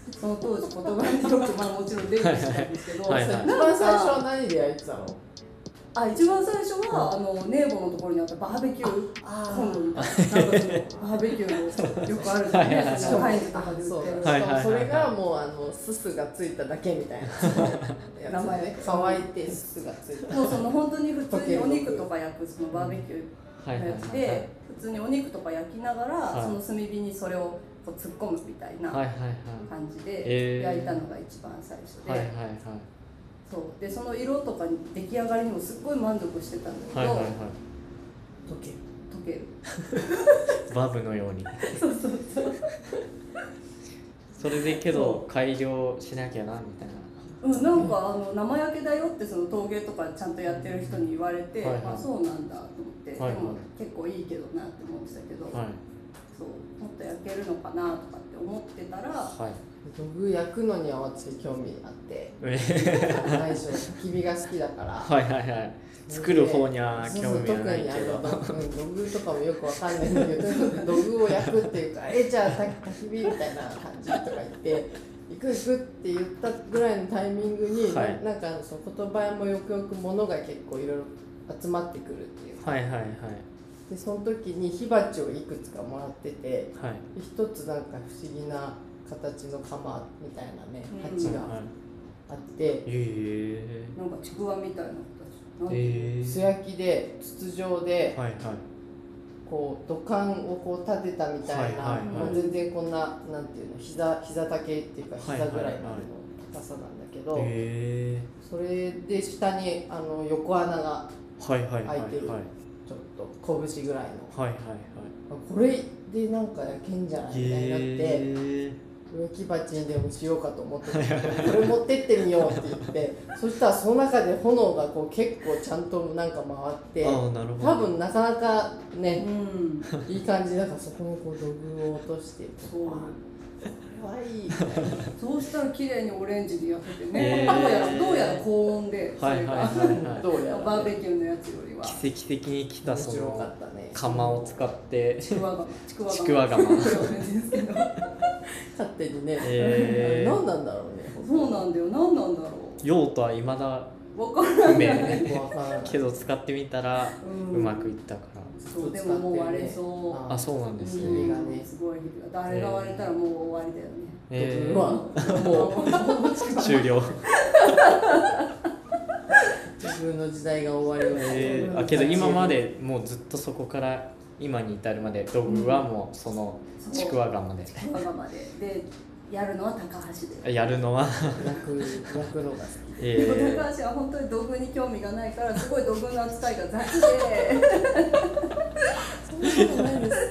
その当時言葉によくまあもちろんデビューしたんですけど、 はいはい、一番最初は何で焼いてたの？ あ、一番最初は、うん、あのネーボのところにあったバーベキューコンロみたいな、なんかそのバーベキューのよくあるじゃないですか、カインズとかで売ってる。 はいはいはい、それがもうあのすすがついただけみたいな名前で乾いてすすがついた。 もうその本当に普通にお肉とか焼くそのバーベキューのやつで、普通にお肉とか焼きながら、はい、その炭火にそれをこう突っ込むみたいな感じで焼いたのが一番最初で。はいはいはい、そうでその色とか出来上がりにもすっごい満足してたんだけど、はいはいはい、溶ける溶けるバブのようにそうそうそうそれでけど改良しなきゃなみたいな。 うん、なんかあの生焼けだよってその陶芸とかちゃんとやってる人に言われて、はいはい、あそうなんだと思って、はいはい、でも結構いいけどなって思ってたけど、はい、そうもっと焼けるのかなとかって思ってたら、はい、 土偶焼くのには私興味あって最初焚き火が好きだからはいはいはい、作る方には興味はないけど、 特に土偶とかもよくわかんないんだけど土偶を焼くっていうかえじゃあ焚き火みたいな感じとか言って行く行くって言ったぐらいのタイミングに、はい、な, なんかその言葉屋もよくよく物が結構いろいろ集まってくるっていうか、はいはいはい、でその時に火鉢をいくつかもらってて、はい、一つなんか不思議な形の釜みたいなね鉢があって、 うん、なんかちくわみたいな素焼きで筒状で、はいはい、こう土管をこう立てたみたいな、はいはいはい、もう全然こんななんていうの膝膝丈っていうか膝ぐらいの高さなんだけど、はいはいはい、それで下にあの横穴が開いてる、はいはいはいはい、ちょっと拳ぐらいの、はいはいはい、これでなんか焼けんじゃないみたいになって。植木鉢にでもしようかと思ってこれ持ってってみようって言ってそしたらその中で炎がこう結構ちゃんとなんか回って多分なかなかね、うん、いい感じだからそこにこう土偶を落としてそうこれはいいそうしたら綺麗にオレンジで焼けてね、えー、どうやらどうやら高温でそれが、はいはいはいはい、どうやらバーベキューのやつよりは奇跡的に来たその釜を使ってちくわ釜ちくわ釜勝手にね、えー、何なんだろうねそうなんだよ何なんだろう用途は未だ分からないねけど使ってみたらうまくいったから、 うん、そうでももう割れそうあそうなんですね、 うん、ねすごい誰が割れたらもう終わりだよねえー、もう終了自分の時代が終わりました、 えー、あけど今までもうずっとそこから今に至るまで道具はもうそのちくわ釜でちくわ釜ででやるのは高橋でやるのは焼く焼くのが好き、 えー、でも高橋は本当に道具に興味がないからすごい道具の扱いが雑でそんなことないです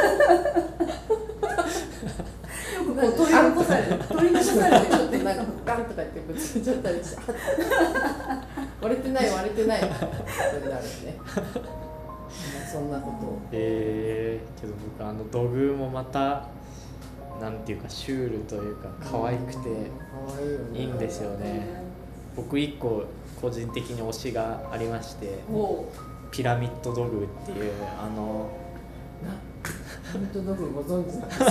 よくこう取り残される取り残されるちょっとなんかガンとか言ってぶつけちゃったりして割れてない割れてないってなるねそんなことをえー、けど僕あの土偶もまたなんていうかシュールというか可愛くていいんですよね。僕一個個人的に推しがありましてピラミッド土偶っていうあのピラミッド土偶ご存知なんですか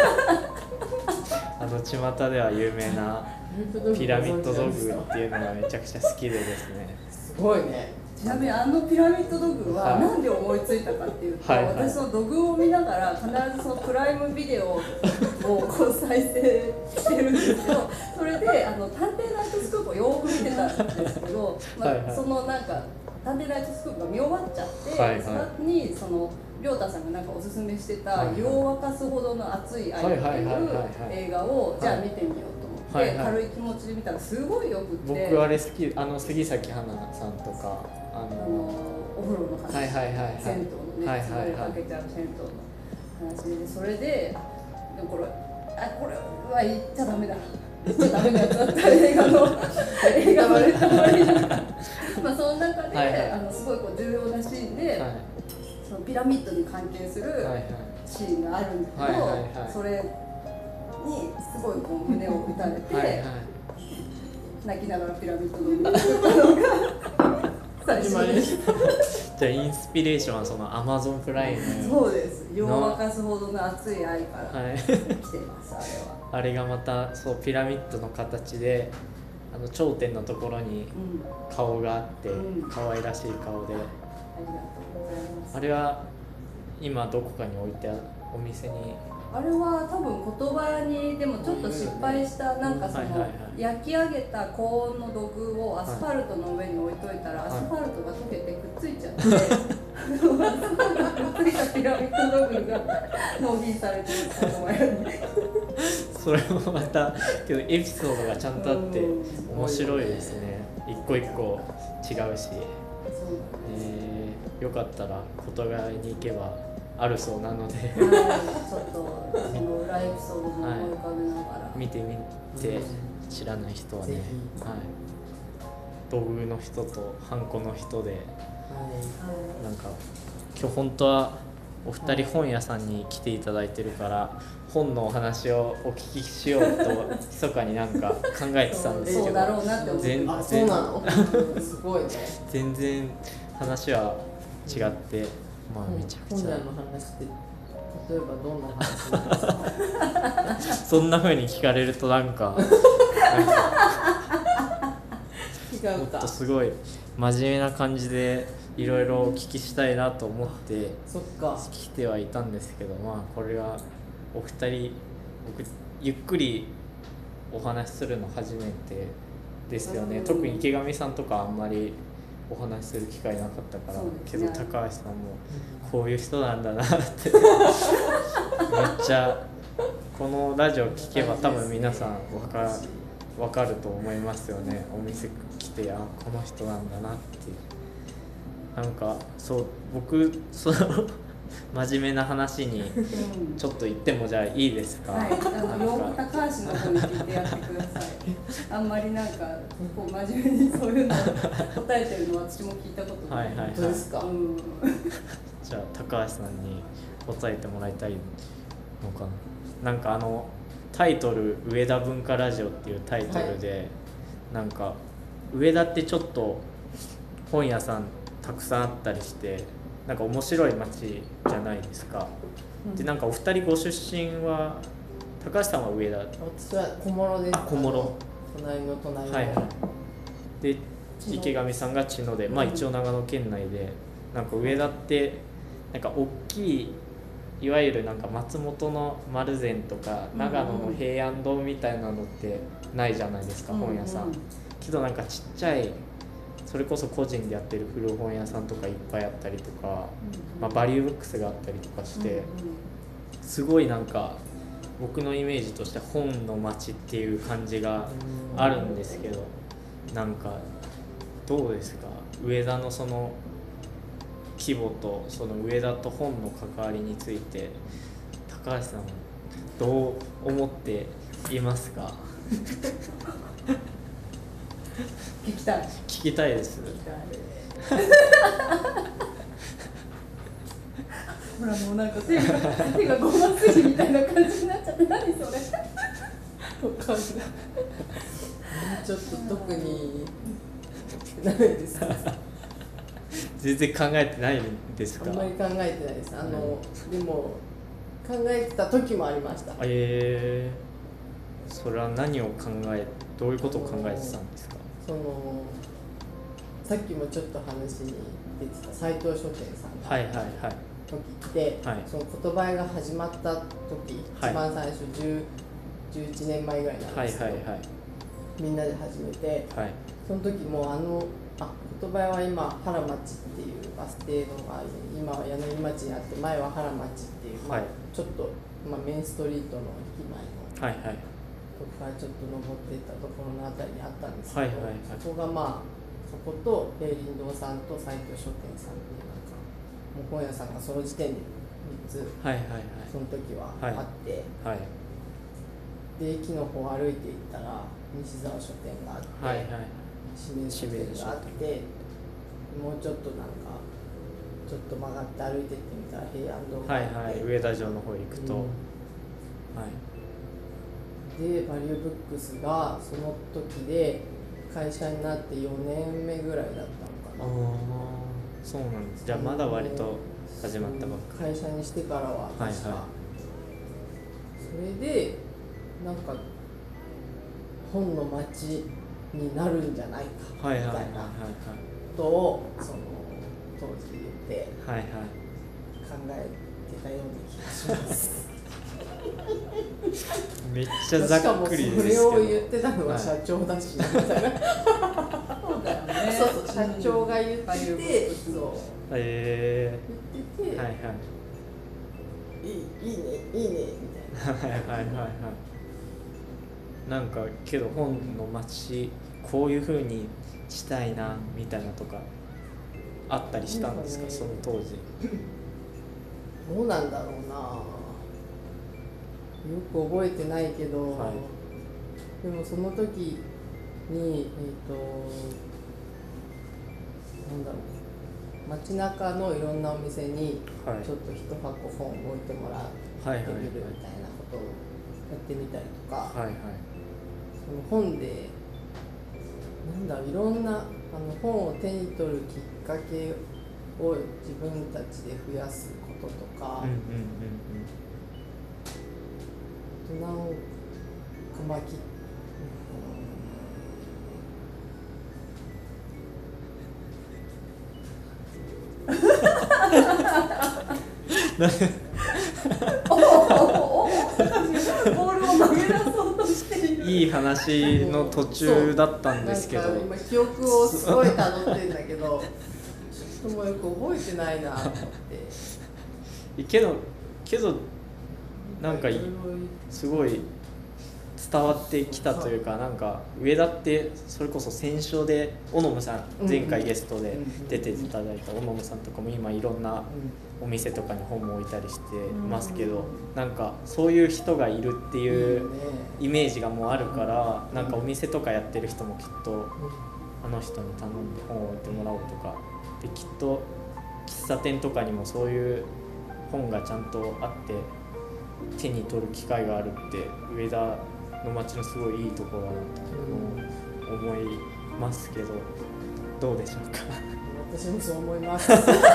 あの巷では有名なピラミッド土偶っていうのがめちゃくちゃ好きでですねすごいねちなみにあのピラミッド土偶は何で思いついたかっていうと、はいはいはい、私の土偶を見ながら必ずそのプライムビデオをこう再生してるんですけどそれであの探偵ナイトスクープをよく見てたんですけど、まあはいはい、そのなんか探偵ナイトスクープが見終わっちゃって、はいはい、その後にその亮太さんがなんかおすすめしてた「湯を沸かすほどの熱い愛」っていう映画をじゃあ見てみようと。はいはい、軽い気持ちで見たらすごいよくって僕あれ好きあの杉咲花さんとかあのあのお風呂の話、 はいはいはいはい、 銭湯のねすごいかけちゃう銭湯の話でそれででもこれあこれは言っちゃダメだ言っちゃダメなやつだった映画の映画のネタバレまあその中で、はいはい、あのすごいこう重要なシーンで、はい、そのピラミッドに関係するシーンがあるんだけど、はいはいはい、それにすごいこう胸を打たれて、はいはい、泣きながらピラミッドの上に行ったのが最初です。 じゃあインスピレーションはそのアマゾンプライムそうです湯を沸かすほどの熱い愛から来てます、はい、あれはあれがまたそうピラミッドの形であの頂点のところに顔があって、うん、可愛らしい顔で、ありがとうございます。あれは今どこかに置いてあるお店にあれは多分言葉屋にでもちょっと失敗したなんかその焼き上げた高温の土偶をアスファルトの上に置いといたらアスファルトが溶けてくっついちゃってくっついたピラミッド土偶が納品されてる言葉屋にそれもまたけどエピソードがちゃんとあって面白いですね。一個一個違うし、えー、よかったら言葉屋に行けばあるそうなので、はい、 ちょっとその裏エピソードも思い浮かべながら、はい、 見てみて知らない人はね、はい、道具の人とハンコの人で、はい、なんか今日本当はお二人本屋さんに来ていただいてるから本のお話をお聞きしようと密かになんか考えてたんですけどそうだろうなって思って全然そうなのすごいね全然話は違って、まあめちゃくちゃ本屋の話って例えばどんな話なんですかそんな風に聞かれるとなんか違うかもっとすごい真面目な感じでいろいろお聞きしたいなと思って来てはいたんですけど、まあこれはお二人僕ゆっくりお話しするの初めてですよね。特に池上さんとかあんまりお話しする機会なかったから、 ね、 けど高橋さんもこういう人なんだなってめっちゃこのラジオ聞けば多分皆さん分か、分かると思いますよね。お店来て、あ、この人なんだなっていう。なんかそう僕その真面目な話にちょっと言ってもじゃあいいですか。 はい、あのよく高橋の方に聞いてやってください。あんまりなんかこう真面目にそういうの答えてるのは私も聞いたことない。 はいはいはい。 どうですか。うん、 じゃあ高橋さんに答えてもらいたいのかな。なんかあのタイトル「上田文化ラジオ」っていうタイトルで、はい、なんか上田ってちょっと本屋さんたくさんあったりしてなんか面白い街じゃないですか、うん、でなんかお二人ご出身は高橋さんは上田。 私は小諸です。 あ、小諸。 隣の隣の、 はいはい、で池上さんが茅野で、まあ一応長野県内で、なんか上田ってなんか大きいいわゆるなんか松本の丸善とか長野の平安堂みたいなのってないじゃないですか、うんうん、本屋さん。けどなんかちっちゃいそれこそ個人でやってる古本屋さんとかいっぱいあったりとか、うんまあ、バリューブックスがあったりとかして、うんうん、すごいなんか僕のイメージとして本の街っていう感じがあるんですけど、なんかどうですか上田のその規模とその上田と本の関わりについて高橋さんどう思っていますか？ 聞きたい。 聞きたいです。 ほらもうなんか手が手がごますりみたいな感じになっちゃって何それ。わかんない。 ちょっと特にないですか。 全然考えてないんですか？ あんまり考えてないです。あの、うん、でも考えてた時もありました。 えー、それは何を考えどういうことを考えてたんですか？ そのさっきもちょっと話に出てた斎藤書店さんがはいはいはい時って、 はい、 その言葉屋が始まった時、はい、一番最初じゅう、じゅういちねんまえぐらいなんですけど、はいはいはい、みんなで始めて、はい、その時もあのあ言葉屋は今原町っていうバス停のが今は柳町にあって前は原町っていう、はいまあ、ちょっと、まあ、メインストリートの駅前の、はいはい、とこからちょっと登っていったところのあたりにあったんですけど、はいはいはい、そこがまあそこと霊林堂さんと斎藤書店さんっていうなんかもう本屋さんがその時点でみっつ、はいはいはい、その時はあって、はいはい、で駅の方歩いていったら西沢書店があって、はいはい、清水書店があってもうちょっとなんかちょっと曲がって歩いてってみたら平安堂があって、はいはい、 上田城の方行くと、うんはいでバリューブックスがその時で会社になってよねんめぐらいだったのかな。あそうなんです。じゃあまだ割と始まったばっかり。会社にしてからは確か、はいはい、それでなんか本の街になるんじゃないかみたいなことをその当時言って考えてたような気がします。 めっちゃざっくりですけど、 しかもそれを言ってたのは社長だし、みたいな。そうだよね。そうそう、社長が言ってて、そう。 えー、言ってて、はいはい。いい、いいね、いいね、みたいな。 はいはいはいはい。なんかけど本の街こういう風にしたいなみたいなとかあったりしたんですか、ね、その当時。 どうなんだろうな。よく覚えてないけど、はい、でもその時に、えーと、なんだろう、街中のいろんなお店にちょっと一箱本を置いてもらってみるみたいなことをやってみたりとか、はいはい、その本でなんだろういろんなあの本を手に取るきっかけを自分たちで増やすこととか。うんうんうんうんなんかまあき、 おおおおボールを投げ出そうとしているいい話の途中だったんですけど、 今記憶をすごいたどってんだけど人もよく覚えてないなと思ってけどけどなんかすごい伝わってきたというか、なんか上田ってそれこそ選書で小野さん、前回ゲストで出ていただいた小野さんとかも今いろんなお店とかに本も置いたりしてますけど、なんかそういう人がいるっていうイメージがもうあるから、なんかお店とかやってる人もきっとあの人に頼んで本を置いてもらおうとかで、きっと喫茶店とかにもそういう本がちゃんとあって手に取る機会があるって上田の街のすごいいいところだなと思いますけど、どうでしょうか。 私もそう思います。そうだよね。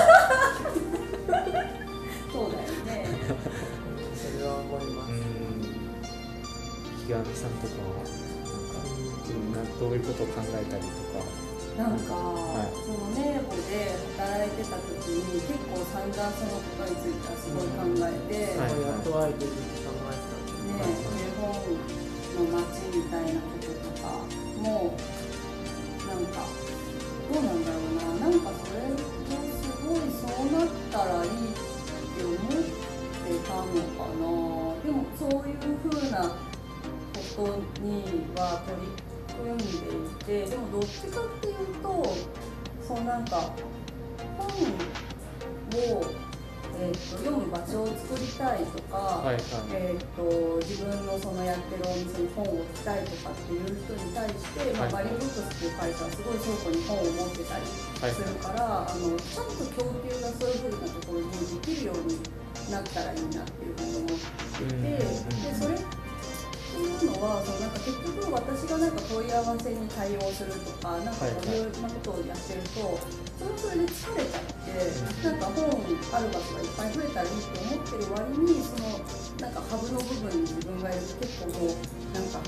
それは思います。 日上さんとかはなんかどういうことを考えたりとか。 なんか、はい、そのネーボで働いてた時に結構散々そのことについてはすごい考えて、 はい、雇われてるって考えてたんで、 ね、日本の街みたいなこととかもなんかどうなんだろうな、なんかそれがすごいそうなったらいいって思ってたのかな。でもそういう風なことには取り組んでいて、でもどっちかっていうとそうなんか本を、えー、と読む場所を作りたいとか、はいはい、えー、と自分のそのやってるお店に本を置きたいとかっていう人に対して、まあ、バリューブックスっていう会社はすごい倉庫に本を持ってたりするから、はいはい、あのちゃんと供給がそういう風なところにできるようになったらいいなっていうふうに思っていて、でそれっていうのはそのなんか結局私がなんか問い合わせに対応するとかなんかそういうなことをやってると、それはそれで疲れちゃって、なんか本ある場所がいっぱい増えたらいいと思ってる割に、そのなんかハブの部分に自分がいると結構もうなんか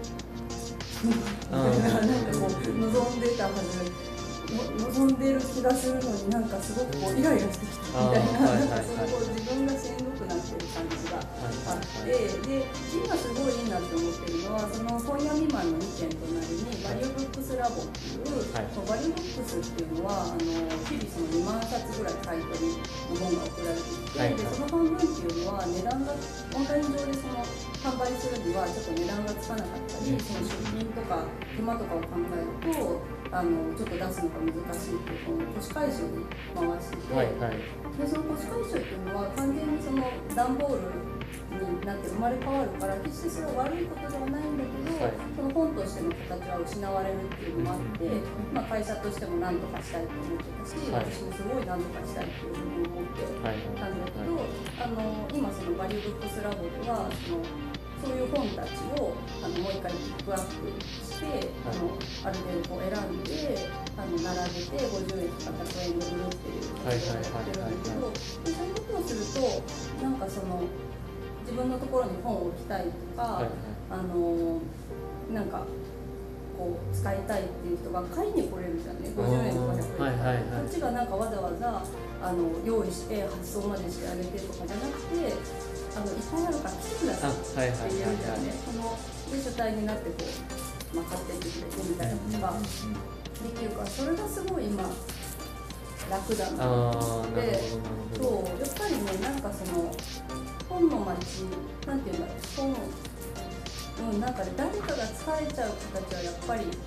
なんかもう望んでたはず望んでる気がするのに、なんかすごくこうイライラしてきたみたいな、なんかそこ自分がしんどくなってる感じがあって、で今すごいいいなって思ってるのは、その本屋未満のにけん隣にバリューブックスラボっていう、はい、バリューブックスっていうのはあの日々そのにまんさつぐらい買い取りの本が送られてきて、はい、でその半分っていうのは値段がオンライン上でその販売するにはちょっと値段がつかなかったり、その出品とか手間とかを考えるとあのちょっと出すのが難しいっていう、その古紙回収に回してて、はいはい、でその古紙回収っていうのは完全にその段ボールになって生まれ変わるから、決してそれは悪いことではないんだけど、はい、その本としての形は失われるっていうのもあって、まあ、会社としても何とかしたいと思ってたし、はい、私もすごい何とかしたいっていうふうに思ってたんだけど、はいはい、あの今そのバリューブックスラボではそのそういう本たちをあのもう一回ピックアップして、あのある程度こう選んであの並べてごじゅうえんとかひゃくえんで売るっていうことをやってるんだけど、でそういうことをするとなんかその自分のところに本を置きたいとか、はいはい、あのなんかこう使いたいっていう人が買いに来れるじゃんね、ごじゅうえんとかひゃくえんとか、はいはいはい、こっちがなんかわざわざあの用意して発送までしてあげてとかじゃなくて、あのいっぱいあるから来てくださいって言うんじゃんね。そので主体になってこう、まあ、買ってってくれてみたいなことができるから、それがすごい今楽だなと思って、そうやっぱりね、なんかその本の街なんていうんだろう、本うんなんかね、誰かが疲れちゃう子たちはやっぱり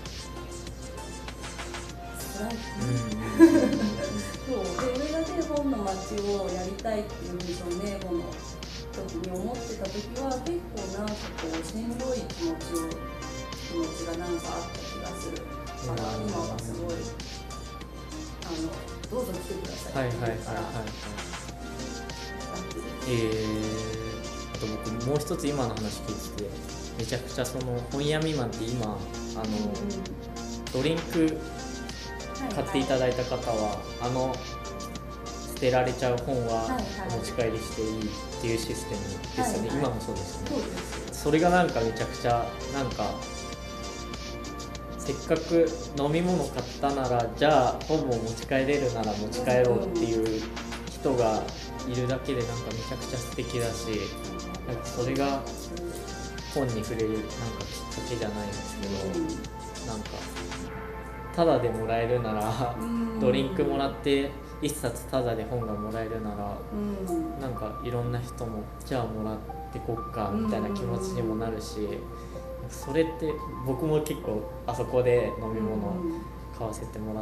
辛い。そうで上田で本の街をやりたいっていうビジョンでこの時に思ってた時は結構なんかこうしんどい気持ちを気持ちがなんかあった気がするから、今はすごいあのどうぞ来てください。はいはいはいはい。 えー、あと僕もう一つ今の話聞いてて、めちゃくちゃその本屋未満って今あの、うん、ドリンク買っていただいた方は、あの捨てられちゃう本はお持ち帰りしていいっていうシステムですよね、はいはい、今もそうですね。そうです。それがなんかめちゃくちゃなんかせっかく飲み物買ったならじゃあ本も持ち帰れるなら持ち帰ろうっていう人がいるだけでなんかめちゃくちゃ素敵だし、なんかそれが本に触れるなんかきっかけじゃないですけど、うん、なんかタダでもらえるなら、うん、ドリンクもらっていっさつタダで本がもらえるなら、うん、なんかいろんな人もじゃあもらってこっかみたいな気持ちにもなるし、うん、それって僕も結構あそこで飲み物買わせてもらって、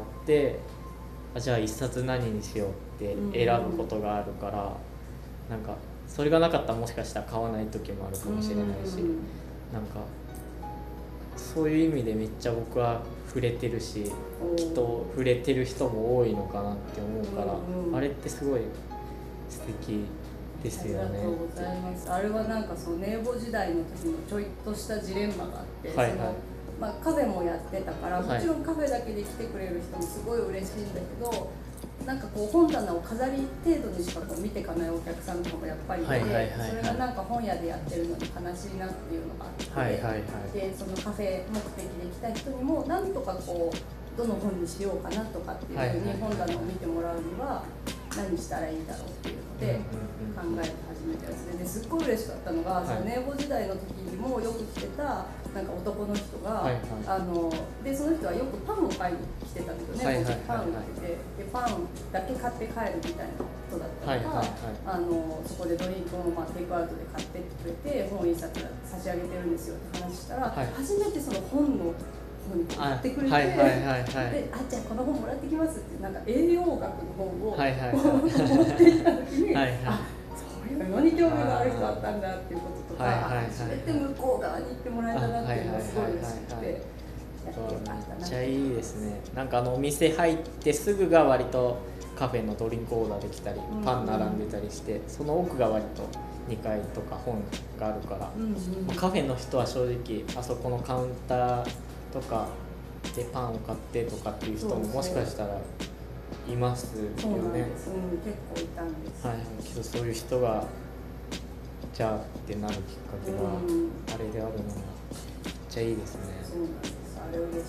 うん、あじゃあいっさつ何にしようって選ぶことがあるから、なんかそれがなかったらもしかしたら買わない時もあるかもしれないし、うん、なんかそういう意味でめっちゃ僕は触れてるし、きっと触れてる人も多いのかなって思うから、うんうん、あれってすごい素敵ですよね。 ありがとうございます。あれはなんかそうネーボ時代の時のちょいとしたジレンマがあって、はいはい、そのまあ、カフェもやってたから、もちろんカフェだけで来てくれる人もすごい嬉しいんだけど、なんかこう本棚を飾り程度にしかこう見ていかないお客さんとかもやっぱりいて、それがなんか本屋でやってるのに悲しいなっていうのがあって、はいはいはい、でそのカフェ目的で来た人にもなんとかこうどの本にしようかなとかっていうふうに本棚を見てもらうには何したらいいんだろうっていうので考えて始めたやつで、ですっごい嬉しかったのが、はい、そのネーボ時代の時にもよく来てたなんか男の人が、はいはい、あのでその人はよくパンを買いに来てたんですよね、はいはいはいはい、パンを売ってて、でパンだけ買って帰るみたいな人だったのが、はいはいはい、あのそこでドリンクをまあテイクアウトで買ってくれて本一冊差し上げてるんですよって話したら、はい、初めてその本の本に買ってくれて、はいはいはいはい、であじゃあこの本もらってきますってなんか栄養学の本を、はいはいはい、持ってきた時に、はいはい、あそういうのに興味がある人だったんだっていうこととか、はいはいはい、初めて向こう側に行ってもらえたなっていうのがすごい嬉しくて、やってよかったな。 めっちゃいいですね。なんかあのお店入ってすぐが割とカフェのドリンクオーダーできたり、うん、パン並んでたりして、その奥が割とにかいとか本があるから、うんうん、カフェの人は正直あそこのカウンターとかでパンを買ってとかっていう人ももしかしたらいますよね。 そうなんです、うん、結構いたんです、 はい、けどそういう人がじゃあってなるきっかけがあれであるのがめっちゃいいですね。 そうなんです。あれ嬉しかった。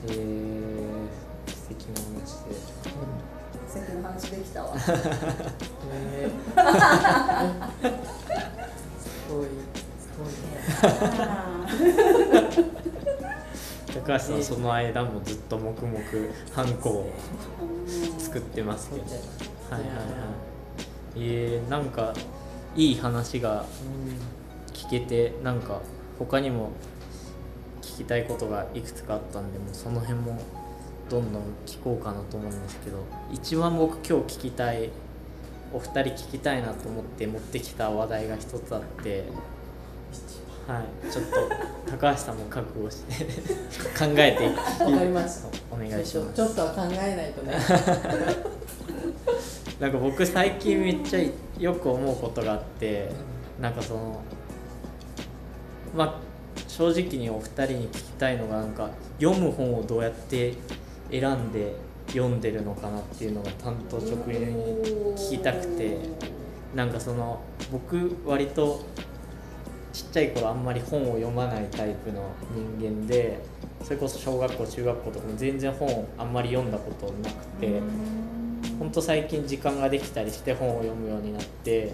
えー、素敵な話で、 うん、素敵な話できたわ。 えー、すごいすごいね。 高橋さんその間もずっと黙々ハンコを作ってますけど、はいはいはい。えー、なんかいい話が聞けて、なんか他にも聞きたいことがいくつかあったんで、もうその辺もどんどん聞こうかなと思うんですけど、一番僕今日聞きたい、お二人聞きたいなと思って持ってきた話題が一つあって、はい、ちょっと高橋さんも覚悟して考えてわかりました。 お願いします。 ちょっとは考えないとね。 なんか僕最近めっちゃよく思うことがあって、なんかそのまあ正直にお二人に聞きたいのが、なんか読む本をどうやって選んで読んでるのかなっていうのが担当直入に聞きたくて、なんかその僕割とちっちゃい頃あんまり本を読まないタイプの人間で、それこそ小学校中学校とかも全然本あんまり読んだことなくて、ほんと最近時間ができたりして本を読むようになって、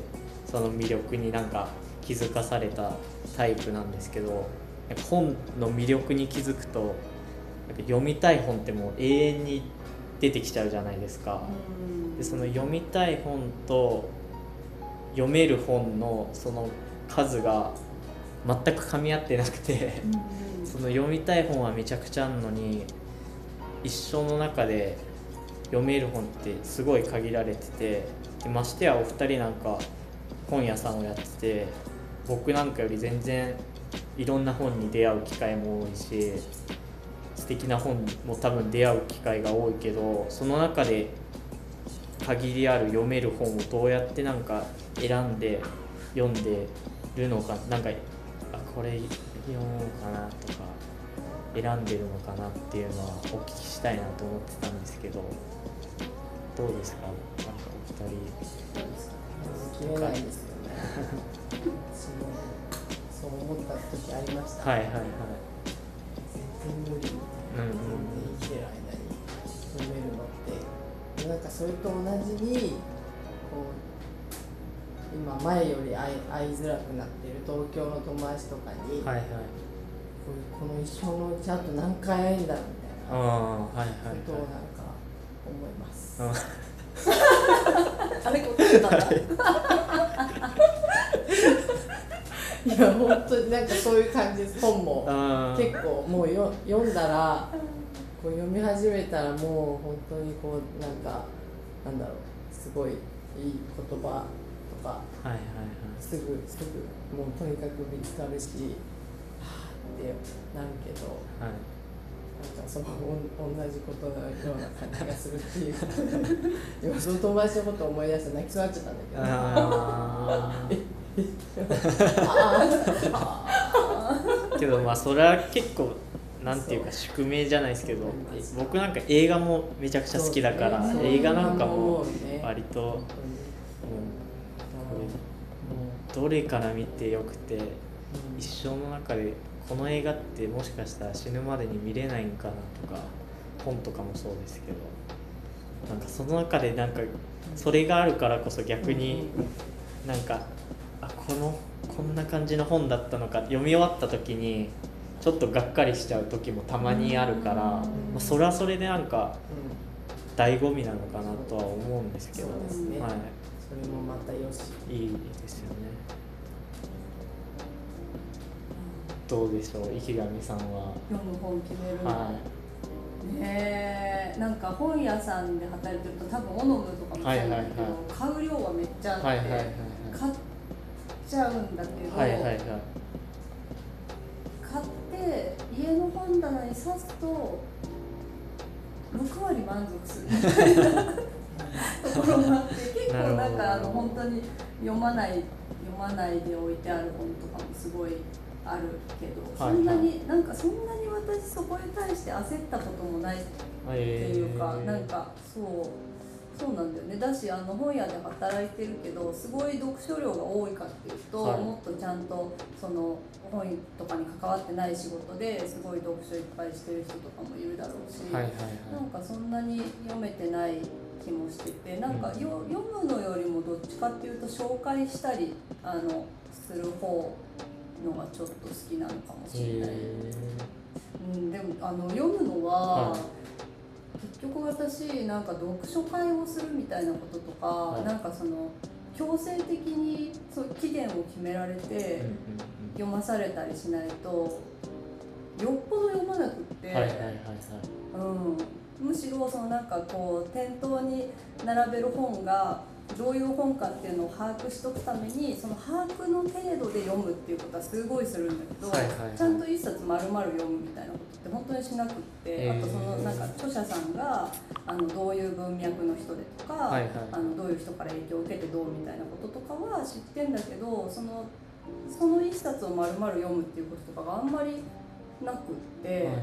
その魅力になんか気づかされたタイプなんですけど、なんか本の魅力に気づくと、なんか読みたい本ってもう永遠に出てきちゃうじゃないですか。でその読みたい本と読める本のその数が全く噛み合ってなくてその読みたい本はめちゃくちゃあるのに、一生の中で読める本ってすごい限られてて、でましてやお二人なんか本屋さんをやってて、僕なんかより全然いろんな本に出会う機会も多いし、素敵な本も多分出会う機会が多いけど、その中で限りある読める本をどうやってなんか選んで読んでるのか、なんかあこれ読もうかなとか選んでるのかなっていうのはお聞きしたいなと思ってたんですけど、どうですか？なんかお二人。 決めないですよね。そう思った時ありました。 はいはいはい。 全然無理。うんうん、生きてる間に読めるのって、なんかそれと同じにこう今前より会い、会いづらくなっている東京の友達とかに、はいはい、こ, この一生のうちあと何回会えんだみたいなことをなんか思います。 あれ答えたらいや本当になんかそういう感じです。本も結構もうよ読んだらこう読み始めたらもう本当にこうなんかなんだろうすごいいい言葉とか、はいはいはい、すぐすぐもうとにかく見つかるしはぁってなるけど、はい、なんかその同じことのような感じがするっていう今その友達のことを思い出して泣きそうになっちゃったんだけどあけどまあそれは結構なんていうか宿命じゃないですけど、僕なんか映画もめちゃくちゃ好きだから、ね、映画なんかも割ともうどれから見てよくて、一生の中でこの映画ってもしかしたら死ぬまでに見れないんかなとか、本とかもそうですけど、なんかその中でなんかそれがあるからこそ逆になんかあこのこんな感じの本だったのか読み終わった時にちょっとがっかりしちゃう時もたまにあるから、まあ、それはそれでなんか醍醐味なのかなとは思うんですけど、 そうですね、はい、それもまたよしいいですよね。どうでしょう池上さんは。 読む本決めるの、 はい、 ねえなんか本屋さんで働いてると多分オノムとかもそうなんだけど、買う量はめっちゃあって、はいはいはいはい、買っちゃうんだけど、はいはいはい、買って家の本棚に挿すとろくわり満足するみたいなところがあって結構なんかあの本当に読まない読まないで置いてある本とかもすごいあるけど、はいはい、そんなになんかそんなに私そこに対して焦ったこともないっていうか、えー、なんかそうそうなんだよね。だしあの本屋で働いてるけどすごい読書量が多いかっていうと、はい、もっとちゃんとその本とかに関わってない仕事ですごい読書いっぱいしてる人とかもいるだろうし、はいはいはい、なんかそんなに読めてない気もしてて、なんかよ、うん、読むのよりもどっちかっていうと紹介したりあのする方のがちょっと好きなのかもしれない、うん、でもあの読むのは、はい、結局私なんか読書会をするみたいなこととか、はい、なんかその強制的にそう期限を決められて読まされたりしないとよっぽど読まなくって、むしろそのなんかこう店頭に並べる本がどういう本かっていうのを把握しとくためにその把握の程度で読むっていうことはすごいするんだけど、はいはいはい、ちゃんと一冊丸々読むみたいなことって本当にしなくって、えー、あとそのなんか著者さんがあのどういう文脈の人でとか、はいはい、あのどういう人から影響を受けてどうみたいなこととかは知ってんだけど、そのその一冊を丸々読むっていうこととかがあんまりなくって、はいはいはい、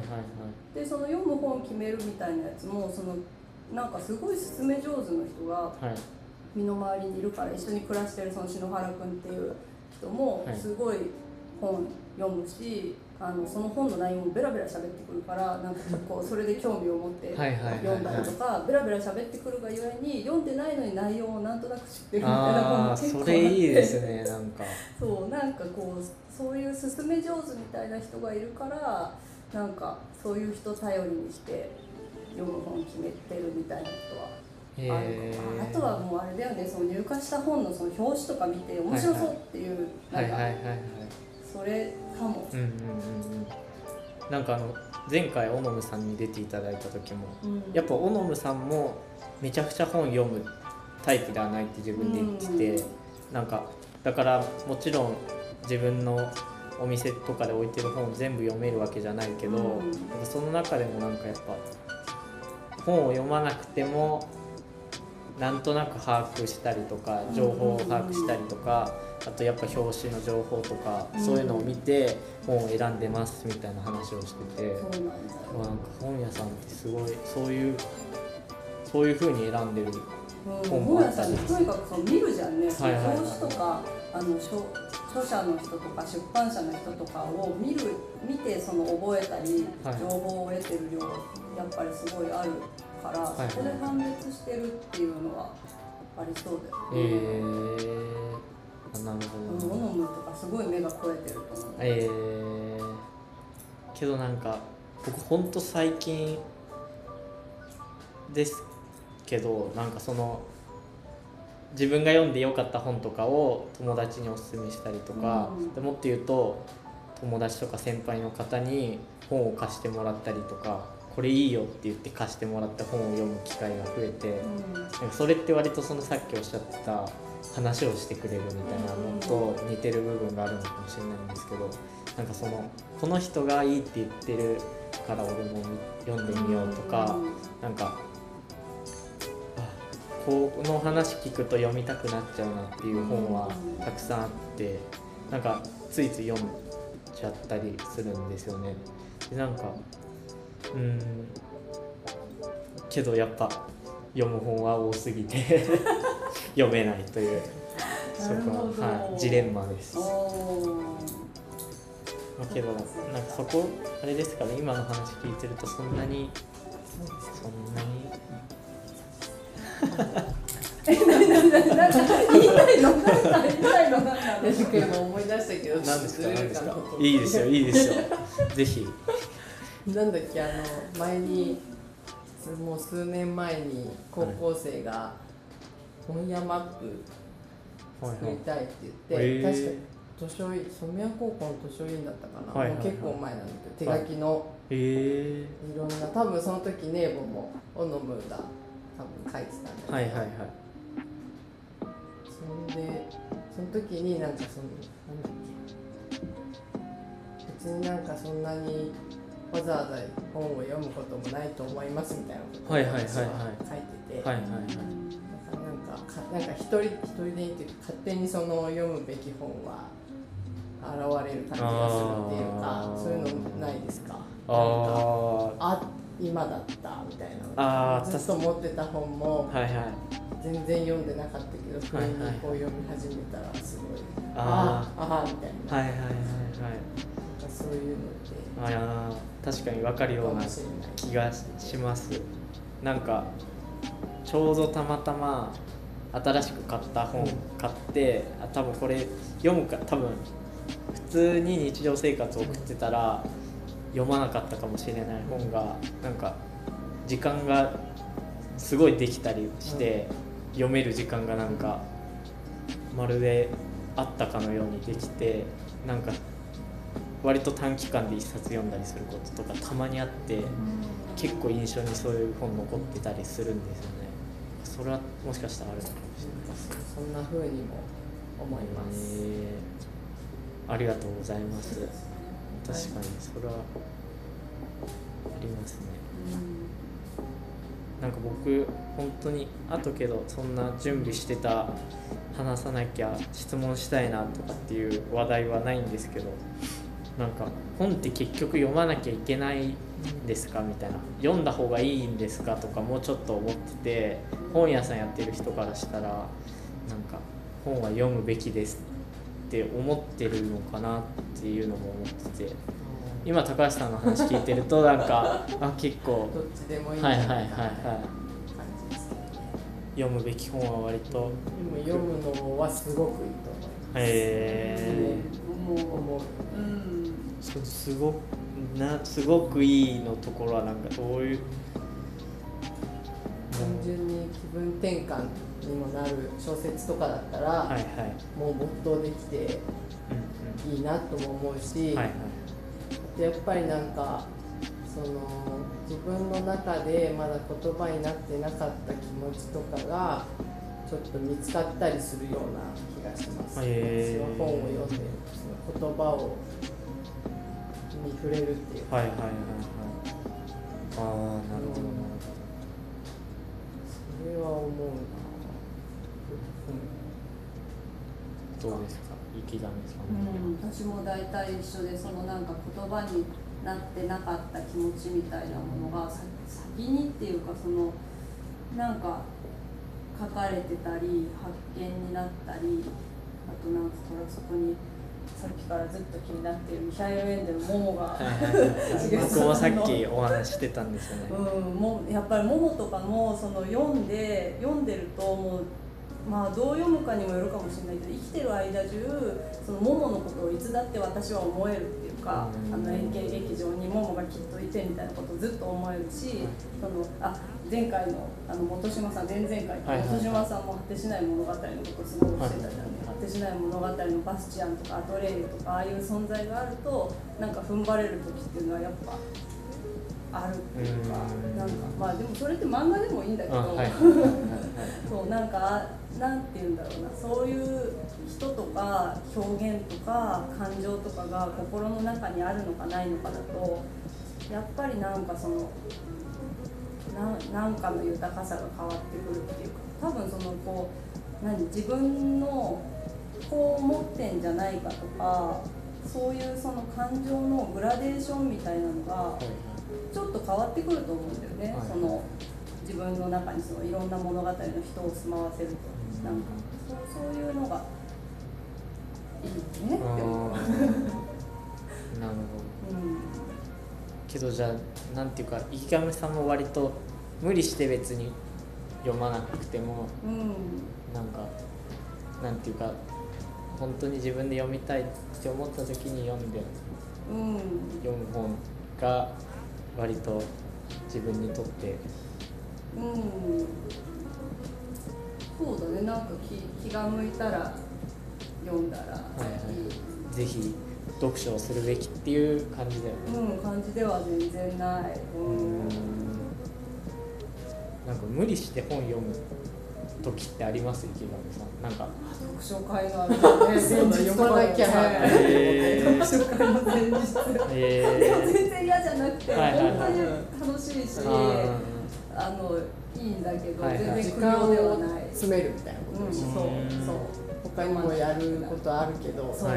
でその読む本決めるみたいなやつもそのなんかすごい進め上手な人が、はい身の回りにいるから一緒に暮らしてるその篠原君っていう人もすごい本読むし、あのその本の内容もベラベラ喋ってくるからなんか結構それで興味を持って読んだりとかベラベラ喋ってくるがゆえに読んでないのに内容をなんとなく知ってるみたいな本も結構あって、 それいいですね。なんかそうなんかこうそういう進め上手みたいな人がいるからなんかそういう人頼りにして読む本決めてるみたいなことはあるかな。あとはもうあれだよね、その入荷した本のその表紙とか見て面白そうっていうなんかそれかも。うんうんうんうん。 なんかあの前回オノムさんに出ていただいた時も、うん、やっぱオノムさんもめちゃくちゃ本読むタイプではないって自分で言ってて、うん、なんかだからもちろん自分のお店とかで置いてる本を全部読めるわけじゃないけど、うん、その中でもなんかやっぱ本を読まなくてもなんとなく把握したりとか情報を把握したりとか、あとやっぱ表紙の情報とかそういうのを見て本を選んでますみたいな話をしてて、そうなんだよ。なんか本屋さんってすごいそういうそういう風に選んでる本もあったり、うん、本屋さんってとにかくそう見るじゃんね、はいはいはい、表紙とかあの著者の人とか出版社の人とかを見る見てその覚えたり、はい、情報を得てる量やっぱりすごいあるから、はいはい、そこで判別してるっていうのはありそうだよね。えー、 あ、なるほど。 オノムとかすごい目が肥えてると思う。 えー、けどなんか僕ほんと最近ですけど、なんかその自分が読んでよかった本とかを友達におすすめしたりとか、うん、でもっと言うと友達とか先輩の方に本を貸してもらったりとか、これいいよって言って貸してもらった本を読む機会が増えて、うん、なんかそれって割とそのさっきおっしゃってた話をしてくれるみたいなのと似てる部分があるのかもしれないんですけど、なんかそのこの人がいいって言ってるから俺も読んでみようとか、うん、なんかこの話聞くと読みたくなっちゃうなっていう本はたくさんあって、なんかついつい読んじゃったりするんですよね。でなんかうーんけどやっぱ読む本は多すぎて読めないというそこは、はい、ジレンマです。まあ、けどなんかそこあれですかね、今の話聞いてるとそんなにそんなにえ、なになになになんか言いたいのなんか言いたいのなんか今思い出したけど何ですか何ですかいいですよいいですよぜひなんだっけ、あの前にもう数年前に高校生が本屋マップ作りたいって言って、はいはい、確か図書院、染谷高校の図書院だったかな、はいはいはい、もう結構前なんだけど手書きの、はい、いろんな、多分その時ネーボもオノムが多分書いてたんだけど、 はいはいはい、 それでその時になんかそのなんだっけ、別になんかそんなにわざわざ本を読むこともないと思いますみたいなことを書いてて、だからなんかなんか一人一人でいいっていうか勝手にその読むべき本は現れる感じがするっていうか、そういうのないですか？ああ今だったみたいな、ずっと持ってた本も全然読んでなかったけど、それにこう読み始めたらすごい、ああああみたいな、はいはいはいはい、なんかそういうのってあ確かに分かるような気がします。なんかちょうどたまたま新しく買った本買って、うん、あ多分これ読むか、多分普通に日常生活を送ってたら読まなかったかもしれない本がなんか時間がすごいできたりして、うん、読める時間がなんかまるであったかのようにできて、なんか割と短期間で一冊読んだりすることとかたまにあって、うん、結構印象にそういう本残ってたりするんですよね。それはもしかしたらあるのかもしれないです。 そんな風にも思います、 えー、ありがとうございます。確かにそれはありますね、うん、なんか僕本当にあとけどそんな準備してた話さなきゃ質問したいなとかっていう話題はないんですけど、なんか本って結局読まなきゃいけないんですかみたいな、読んだ方がいいんですかとかもうちょっと思ってて、本屋さんやってる人からしたらなんか本は読むべきですって思ってるのかなっていうのも思ってて、今高橋さんの話聞いてるとなんかあ結構どっちでもいいはいはいはいはい読むべき本は割とでも読むのはすごくいいと思います。へー、思う思う、うん、 そすごくなすごくいいのところはなんかどういう単純に気分転換にもなる小説とかだったら、はいはい、もう没頭できていいなとも思うし、はいはい、やっぱりなんかその自分の中でまだ言葉になってなかった気持ちとかがちょっと見つかったりするような気がします、ね。私は本を読んでその言葉をに触れるっていうか。はいはいはいはい。 ああなるほどなるほど。 それは思うな。 うん、どうですか、池田さん。 うん、私も大体一緒で、そのなんか言葉になってなかった気持ちみたいなものが先にっていうか、そのなんか書かれてたり発見になったり、あとなんかそこにさっきからずっと気になっているミハイル・エンデルのモモが僕もさっきお話してたんですよね。 うん、もやっぱりモモとかもその読んで読んでるともうまあどう読むかにもよるかもしれないけど、生きてる間中そのモモのことをいつだって私は思えるっていうか、あの演芸劇場にモモがきっといてみたいなことをずっと思えるし、そのあ前回のあの本島さん、前々回の本島さんも果てしない物語のことをすごいしてたじゃんね。果てしない物語のバスチアンとかアトレイユとかああいう存在があるとなんか踏ん張れる時っていうのはやっぱあるっていうか、なんかまあでもそれって漫画でもいいんだけど、そうなんかなんていうんだろうな、そういう人とか表現とか感情とかが心の中にあるのかないのかだとやっぱりなんかそのななんかの豊かさが変わってくるっていうか、多分そのこう何自分のこう思ってんじゃないかとか、そういうその感情のグラデーションみたいなのがちょっと変わってくると思うんだよね、はい、その自分の中にそのいろんな物語の人を住まわせると、なんかそう、そういうのがいいねって思う。なるほど、うん、 けどじゃあなんていうか、池上さんも割と無理して別に読まなくても、うん、なんかなんていうか本当に自分で読みたいって思った時に読んで、うん、読む本が割と自分にとって、 うん、そうだね、なんか 気, 気が向いたら読んだら、はいはい、 ぜひ読書をするべきっていう感じだよね。 うん、感じでは全然ない。うん、 なんか無理して本読む時ってあります？池上さん。なんか読書会のあるよね。 そうだ、読まなきゃ。 えー、読書会の前日。えー、でも全然嫌じゃなくて、はいはいはい、本当に楽しいし、あのいいんだけど、はいはい、全然苦行ではない。 詰めるみたいなことでしょ。うん、そうそう。他にもやることあるけど、そうそうそう。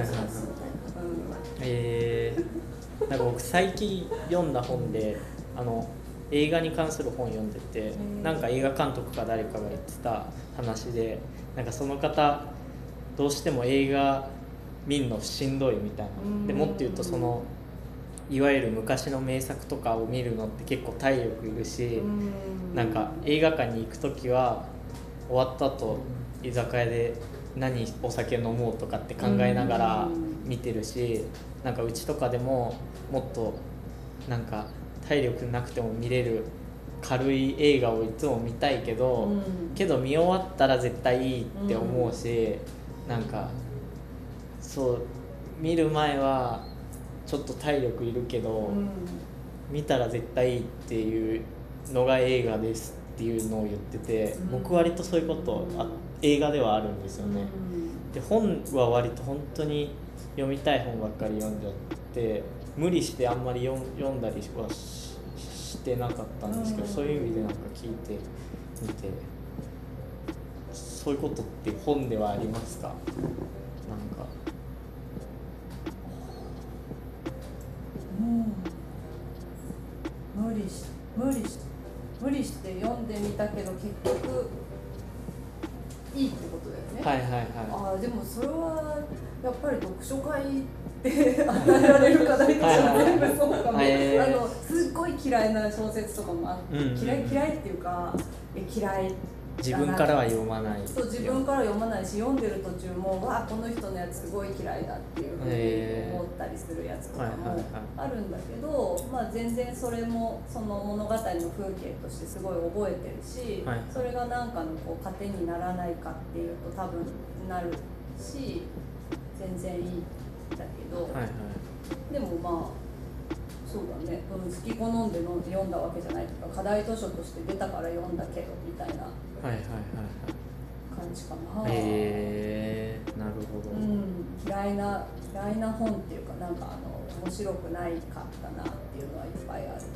えー、なんか僕最近読んだ本で、あの映画に関する本読んでて、なんか映画監督か誰かが言ってた話で、なんかその方どうしても映画見るのしんどいみたいな、でもっと言うとそのいわゆる昔の名作とかを見るのって結構体力いるし、なんか映画館に行く時は終わった後居酒屋で何お酒飲もうとかって考えながら見てるし、なんかうちとかでももっとなんか体力なくても見れる軽い映画をいつも見たいけど、うん、けど見終わったら絶対いいって思うし、うん、なんかそう見る前はちょっと体力いるけど、うん、見たら絶対いいっていうのが映画ですっていうのを言ってて、うん、僕割とそういうことあ映画ではあるんですよね、うん、で本は割と本当に読みたい本ばっかり読んじゃって無理してあんまり 読, 読んだりは し, してなかったんですけど、うん、そういう意味でなんか聞いてみて、そういうことって本ではありますか？なんかうん無理し無理し無理して読んでみたけど結局いいってことだよね。 はいはいはい。 あでもそれはやっぱり読書会で与えられる課題としては全部そうかも。あのすっごい嫌いな小説とかもあって、うんうん、嫌い嫌いっていうかえ嫌い自分からは読まない。 そう自分から読まないし、読んでる途中もわあこの人のやつすごい嫌いだっていうふうに思ったりするやつとかもあるんだけど、まあ全然それもその物語の風景としてすごい覚えてるし、はい、それが何かのこう糧にならないかっていうと多分なるし全然いいんだけど、はいはい、でもまあそうだね、好き好んで読んだわけじゃないとか課題図書として出たから読んだけどみたいな感じかな。 へえー、なるほど、 うん、嫌いな嫌いな本っていうかなんかあの面白くないかったなっていうのはいっぱいある。はいはい。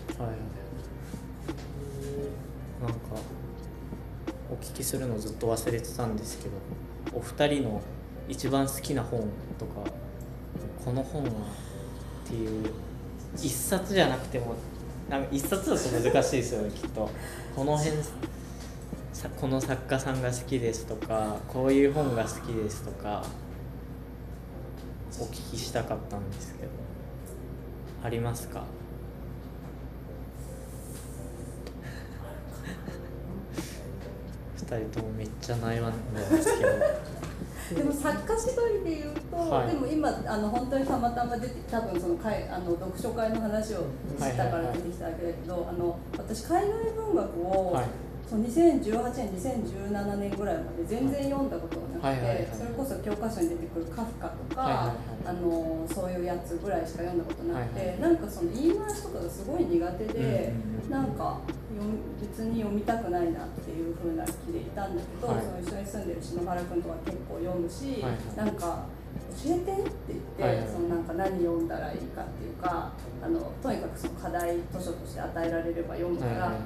なんかお聞きするのずっと忘れてたんですけど、お二人の一番好きな本とかこの本はっていう一冊じゃなくてもなんか一冊だと難しいですよねきっと。この辺この作家さんが好きですとかこういう本が好きですとかお聞きしたかったんですけどありますか？普ふたりともめっちゃ悩んでますけどでも作家縛りで言うと、はい、でも今あの本当にたまたま出て多分その会あの読書会の話をしたから出てきたわけだけど、はいはいはい、あの私海外文学を、はい、そのにせんじゅうはちねんにせんじゅうななねんぐらいまで全然読んだことがなくて、はいはいはいはい、それこそ教科書に出てくるカフカとか、はいはいはい、あのそういうやつぐらいしか読んだことなくて、はいはい、なんかその言い回しとかがすごい苦手で、うん、なんか別に読みたくないなっていう風な気でいたんだけど、はい、その一緒に住んでる篠原君とか結構読むし、はい、なんか教えてって言って、はいはい、そのなんか何読んだらいいかっていうか、あのとにかくその課題図書として与えられれば読むから、はいはい、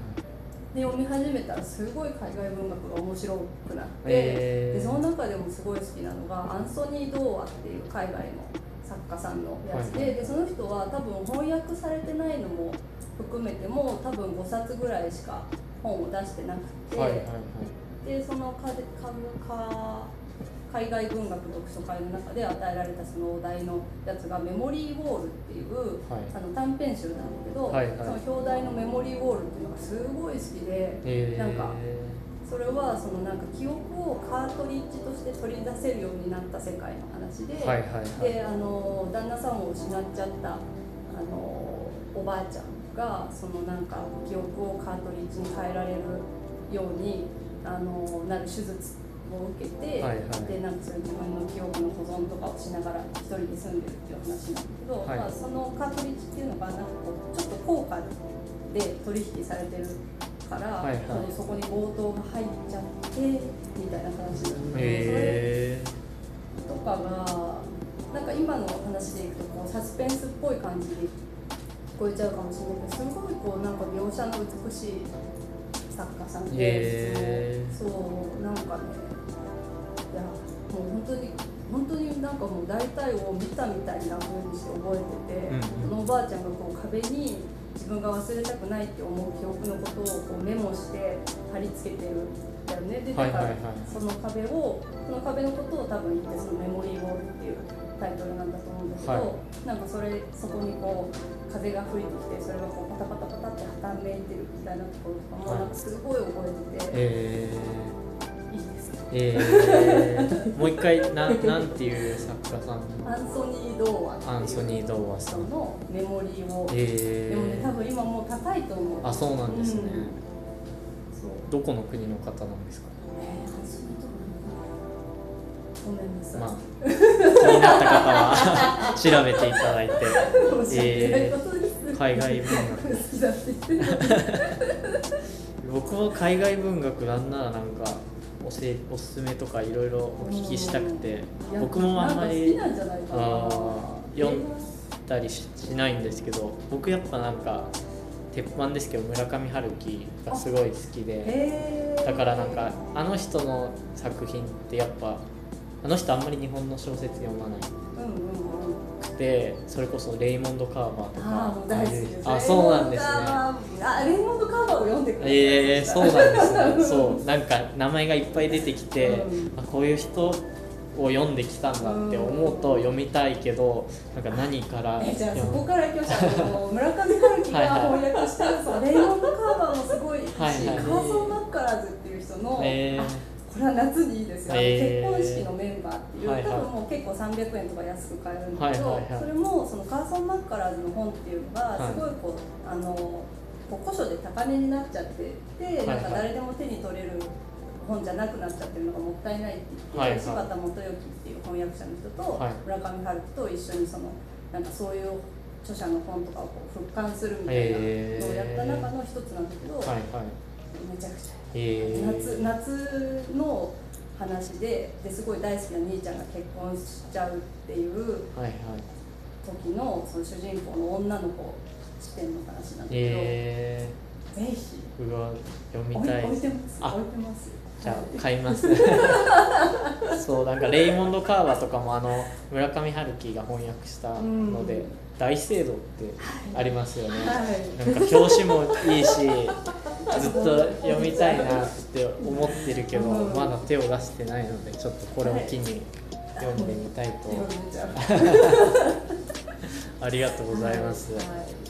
で読み始めたらすごい海外文学が面白くなって、えー、でその中でもすごい好きなのがアンソニー・ドーアっていう海外の作家さんのやつで、はいはい、でその人は多分翻訳されてないのも含めても多分ごさつぐらいしか本を出してなくて、はいはいはい、でそのかかか海外文学読書会の中で与えられたそのお題のやつがメモリーウォールっていう、はい、あの短編集なんだけど、はいはい、その表題のメモリーウォールっていうのがすごい好きで、えー、なんかそれはそのなんか記憶をカートリッジとして取り出せるようになった世界の話で、はいはいはい、であの旦那さんを失っちゃったあのおばあちゃんがそのなんか記憶をカートリッジに変えられるようにあのなる手術を受けて、はいはい、でなんかそういう自分の記憶の保存とかをしながら一人で住んでるっていう話なんだけど、はい、まあ、そのカートリッジっていうのがなんかこうちょっと高価で取引されてるから、はいはい、そこに強盗が入っちゃってみたいな話なんだけど、それとかがなんか今の話でいくとこうサスペンスっぽい感じで聞こえちゃうかもしれないけど、すごいこうなんか描写の美しい作家さんで、そうなんかね、いやもう本当に本当になんかもう大体を見たみたいな風にして覚えてて、うん、そのおばあちゃんがこう壁に自分が忘れたくないって思う記憶のことをこうメモして貼り付けてるんだよね。でだからその壁をその壁のことを多分言って、そのメモリーウォールっていうタイトルなんだと思うんだけど、はい、なんかそれそこにこう風が吹いてきて、それがこうパタパタパタってはためいてるみたいなところとかもなんかすごい覚えてて、えー、いいですね。 えー、もう一回ななんていう作家さん？ アンソニー・ドーアっていうアンソニー・ドーアさんのメモリーを、えー、でもね多分今もう高いと思う。 あ、そうなんですね。うん、そうどこの国の方なんですか？ えー、アンソニー・ドーアごめんなさい。 まあ、気になった方は調べていただいて、えー、海外文学好きだって言って僕も海外文学なんならなんかおせおすすめとかいろいろお聞きしたくて、僕もあんまり読んだり し, しないんですけど、僕やっぱなんか鉄板ですけど村上春樹がすごい好きで、だからなんかあの人の作品ってやっぱあの人あんまり日本の小説読まないくて、それこそレイモンド・カーバーとか、 あもう大好きです。 あ、そうなんですね。 あ、レイモンド・カーバーを読んでくれた。 ええー、そうなんですね。そうなんか名前がいっぱい出てきて、うん、あこういう人を読んできたんだって思うと読みたいけど、なんか何からえじゃあそこから今日村上春樹が翻訳したはい、レイモンド・カーバーもすごいし、はいはい、カーソン・マッカラーズっていう人の、えーこれは夏にいいですよ、えー、結婚式のメンバーっていう、はいはい、多分もう結構さんびゃくえんとか安く買えるんだけど、はいはいはい、それもそのカーソン・マッカラーズの本っていうのがすごいこう、はい、あのこう古書で高値になっちゃってて、はいはい、なんか誰でも手に取れる本じゃなくなっちゃってるのがもったいないって言って、はいはい、柴田元幸っていう翻訳者の人と、はい、村上春樹と一緒にそのなんかそういう著者の本とかをこう復刊するみたいなのをやった中の一つなんだけど、はいはい、めちゃくちゃえー、夏, 夏の話 で, ですごい大好きな兄ちゃんが結婚しちゃうっていう時 の, その主人公の女の子視点の話なんだけど、えー、ぜひうわ読みたい。 置いてます置いてますじゃあ買いますそうなんかレイモンド・カーバーとかもあの村上春樹が翻訳したので、うん、大聖堂ってありますよね、はい、なんか表紙もいいしずっと読みたいなって思ってるけど、うん、まだ手を出してないのでちょっとこれを機に読んでみたいと、はい、ありがとうございます、はい、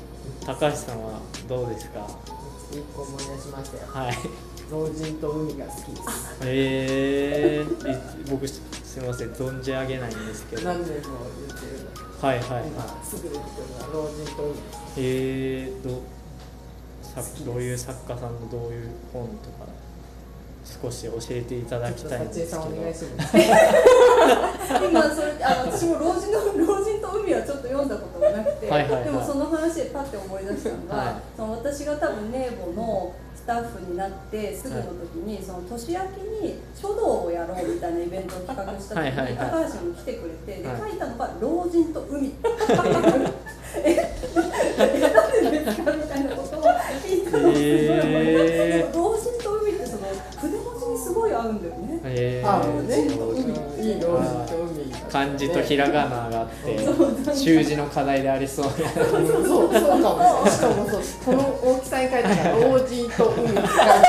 高橋さんはどうですか？ 一個思い出しましたよ。 はい。 老人と海が好きです。 えー、僕すみません存じ上げないんですけど。 何年も言ってるの。 はいはいはい。 今すぐ出てくるのは老人と海です。 えー、どどういう作家さんのどういう本とか少し教えていただきたいんですけど。 お願いします。 今それあの私も老人の老人と海はちょっと読んだことがなくて、 はいはいはい、 でもその話でパッて思い出したのが、はい、その私が多分ネーボのスタッフになってすぐの時に、はい、その年明けに書道をやろうみたいなイベントを企画した時に、はいはいはい、高橋も来てくれて、で、はい、書いたのが老人と海ええなんでですかみたいなことを聞いたのがすごい、えー、老人と海ってその筆文字にすごい合うんだよね。 えー、あ老人と海、いい老人と海、 漢字とひらがながあって習字の課題でありそうな。 そうそうかもしかもそうこの大きさに書いてある老人と海って書いてある。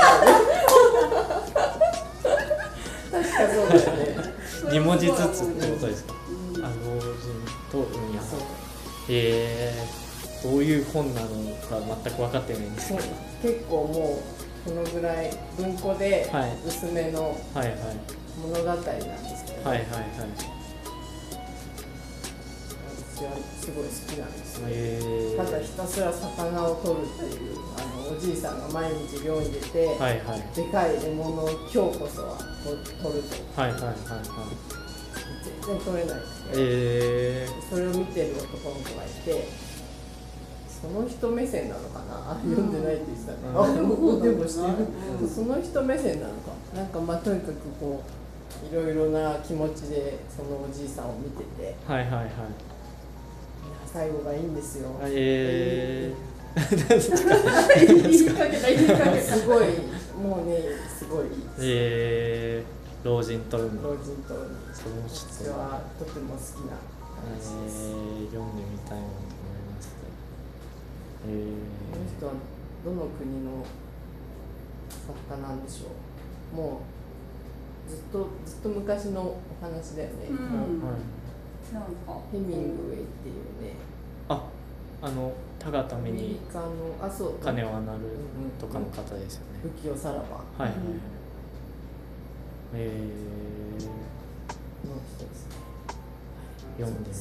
確かそうだよね。 に文字ずつってことですか？うん、あ老人と海や。えー、どういう本なのか全く分かってないんですけど。 結構もうこのぐらい文庫で薄めの物語なんですけど、 はいはいはい、 私はすごい好きなんですよ、 えー、 ただひたすら魚を取るっていうあのおじいさんが毎日漁に出て、はいはい、でかい獲物を今日こそは取ると、はいはいはいはい、全然取れないですね、えー、それを見てる男の子がいて、その人目線なのかな、読んでないって言ってたね、うん、あでもでもしてる、うん、その人目線なのか、なんかまあとにかくこういろいろな気持ちでそのおじいさんを見てて、はいはいはい、いや最後がいいんですよ。えー、言いかけた言いかけたすごいもうねすごい。 えー、老人と海。 老人と海。私はとても好きな話です。 えー、読んでみたいな。 えー、この人はどの国の作家なんでしょう。もうずっとずっと昔のお話だよね。うん、はい、なんかヘミングウェイっていうね。 あ、あのたがために金はなるとかの方ですよね。 不器用さらば。はいはいはい。 えー、 の人ですね。 読んでみます。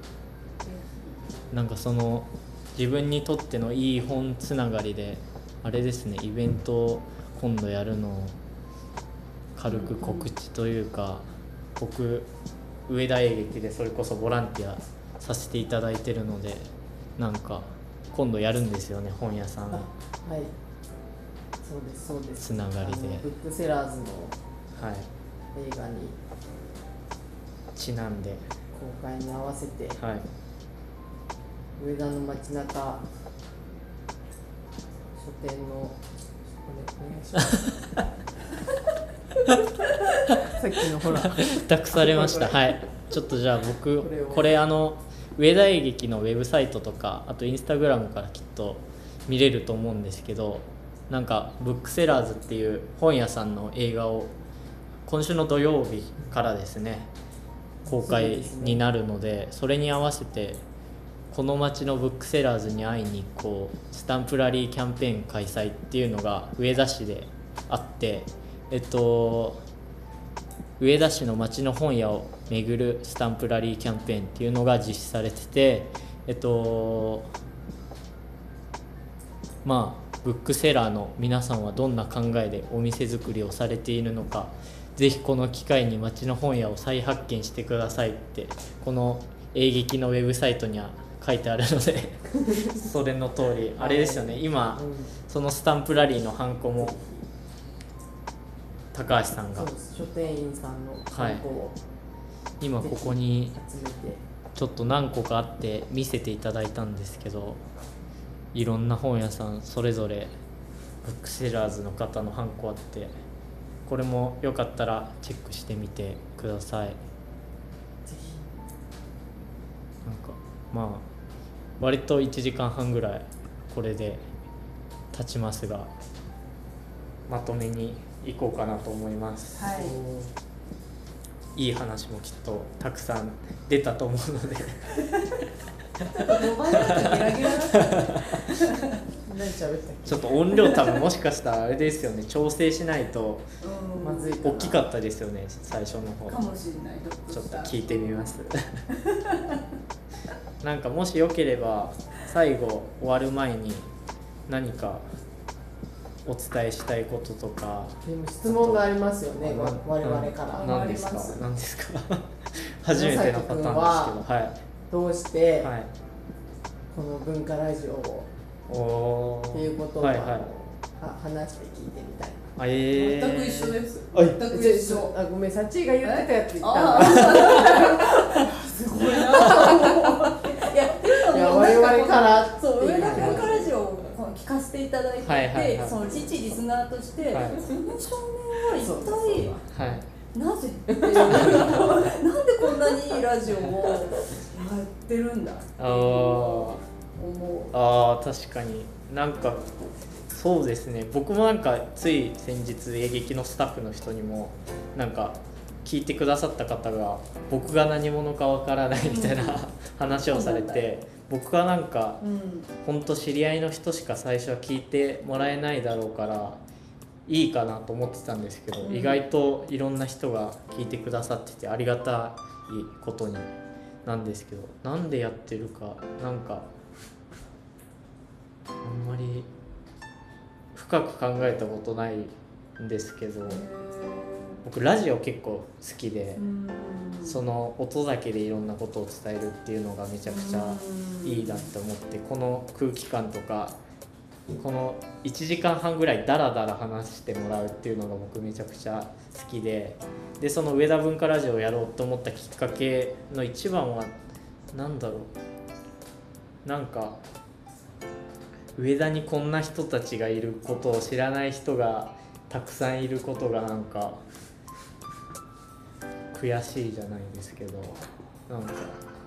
なんかその自分にとってのいい本つながりであれですね、イベントを今度やるのを軽く告知というか、僕上田映劇でそれこそボランティアさせていただいてるので、なんか今度やるんですよね、本屋さん。はい、 そうですそうです。 つながりでブックセラーズの映画にちなんで公開に合わせて、 はい、 上田の街中書店のお願いしますさっきのほら託されましたはい、ちょっとじゃあ僕これあの上田映劇のウェブサイトとかあとインスタグラムからきっと見れると思うんですけど、なんかブックセラーズっていう本屋さんの映画を今週の土曜日からですね公開になるので、それに合わせてこの街のブックセラーズに会いに行こうスタンプラリーキャンペーン開催っていうのが上田市であって、えっと上田市の街の本屋を巡るスタンプラリーキャンペーンっていうのが実施されてて、えっとまあブックセラーの皆さんはどんな考えでお店作りをされているのか、ぜひこの機会に街の本屋を再発見してくださいってこの映劇のウェブサイトには書いてあるのでそれの通りあれですよね、今そのスタンプラリーのハンコも高橋さんが書店員さんのハンコを、はい、 今ここにちょっと何個かあって見せていただいたんですけど、いろんな本屋さんそれぞれブックセラーズの方のハンコあって、これもよかったらチェックしてみてください。ぜひなんかまあ割といちじかんはんぐらいこれで経ちますが、まとめに行こうかなと思います、はい、いい話もきっとたくさん出たと思うので呼ばないとギラギラだった何喋ったっけ。 ちょっと音量多分もしかしたらあれですよね、調整しないとまずい大きかったですよね最初の方。 かもしれない。 ちょっと聞いてみますなんかもしよければ最後終わる前に何かお伝えしたいこととか。 でも質問がありますよね、我々から。 何ですか何ですか初めてのパターンですけど、はい、 どうして、 はい、 この文化ラジオをおっていうことを、 はいはい、 話して聞いてみたい。 あ、えー、 全く一緒です。全く一緒。 あ、ごめん、サチーが言ってたやつ言ったんだ。 すごいな。いや、 いや我々からそう上田文化ラジオを聞かせていただいていて、 はいはいはい、 その一リスナーとして、はい、この少年は一体、はい、なぜっていうなんでこんなにいいラジオをやってるんだって思う。 ああ、確かになんかそうですね。僕もなんかつい先日演劇のスタッフの人にもなんか聞いてくださった方が僕が何者かわからないみたいな、うん、話をされて、僕はなんか、うん、ほんと知り合いの人しか最初は聞いてもらえないだろうからいいかなと思ってたんですけど、うん、意外といろんな人が聞いてくださっててありがたいことになんですけど、なんでやってるかなんかあんまり深く考えたことないんですけど、僕ラジオ結構好きで、その音だけでいろんなことを伝えるっていうのがめちゃくちゃいいなって思って、この空気感とかこのいちじかんはんぐらいダラダラ話してもらうっていうのが僕めちゃくちゃ好きで、でその上田文化ラジオをやろうと思ったきっかけの一番は何だろう、なんか上田にこんな人たちがいることを知らない人がたくさんいることがなんか悔しいじゃないですけど、なんか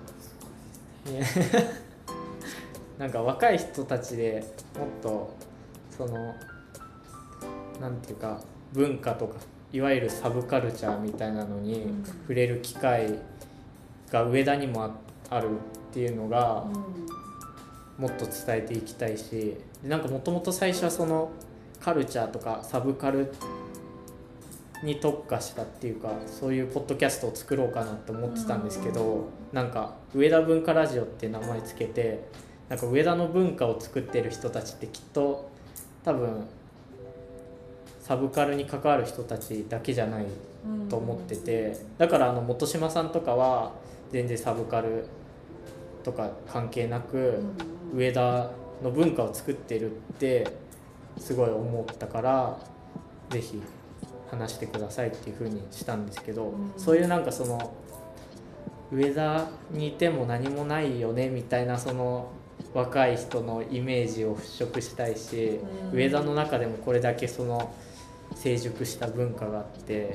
なんか若い人たちでもっとそのなんていうか文化とかいわゆるサブカルチャーみたいなのに触れる機会が上田にもあるっていうのがもっと伝えていきたいし、なんかもともと最初はそのカルチャーとかサブカルに特化したっていうかそういうポッドキャストを作ろうかなって思ってたんですけど、なんか上田文化ラジオって名前つけて、なんか上田の文化を作ってる人たちってきっと多分サブカルに関わる人たちだけじゃないと思ってて、だからあの本島さんとかは全然サブカルとか関係なく上田の文化を作ってるってすごい思ったから、ぜひ話してくださいっていう風にしたんですけど、そういうなんかその上田にいても何もないよねみたいなその若い人のイメージを払拭したいし、上田の中でもこれだけその成熟した文化があって、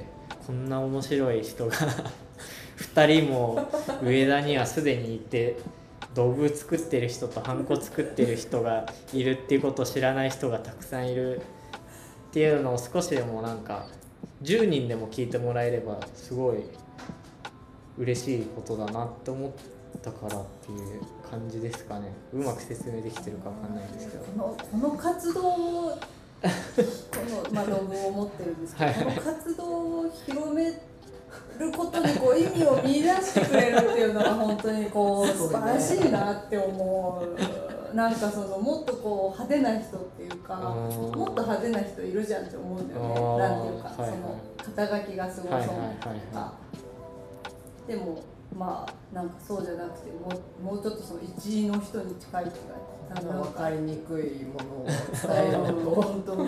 こんな面白い人がふたりも上田にはすでにいて、道具作ってる人とハンコ作ってる人がいるっていうことを知らない人がたくさんいるっていうのを少しでもなんかじゅうにんでも聞いてもらえればすごい嬉しいことだなって思ったからっていう感じですかね。うまく説明できてるかわかんないんですけど、 この、この活動をこの、まあ、ログを持ってるんですけど、はいはい、この活動を広めることにこう意味を見出してくれるっていうのが本当にこう素晴らしいなって思う。なんかそのもっとこう派手な人っていうか、もっと派手な人いるじゃんって思うんだよね。なんていうか、はいはい、その肩書きがすごそうとか、はいはいはいはい、でもまあなんかそうじゃなくてもう、もうちょっとその一位の人に近い人がなんか分かりにくいものを伝えようと本当に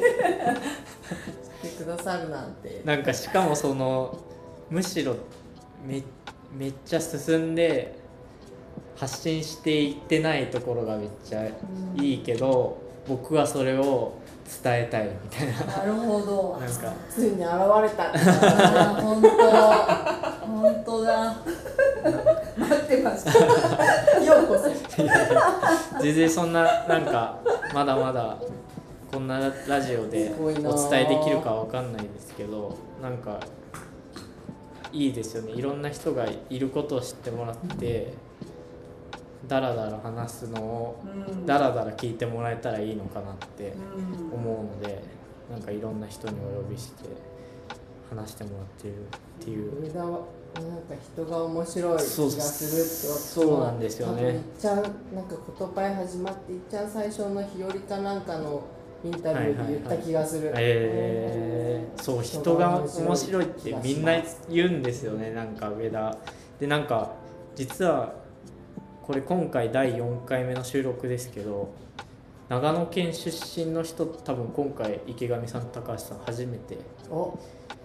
してくださるなんて。 なんかしかもそのむしろ め, めっちゃ進んで発信していってないところがめっちゃいいけど、うん、僕はそれを伝えたいみたいな。 なるほど。 なんかついに現れた。 本当本当だ。待ってました。 ようこそ。 全然そんななんかまだまだこんなラジオでお伝えできるかわかんないですけど、なんかいいですよね。いろんな人がいることを知ってもらって、 ダラダラ話すのをダラダラ聞いてもらえたらいいのかなって思うので、なんかいろんな人にお呼びして話してもらってるっていう。 上田はなんか人が面白い気がするってそうなんですよね。 いっちゃんなんか言葉へ始まっていっちゃん最初の日和かなんかのインタビューで言った気がする。 ええー、そう、人が面白いってみんな言うんですよね。なんか上田で、なんか実はこれ今回だいよんかいめの収録ですけど、長野県出身の人多分今回池上さん高橋さん初めて。 お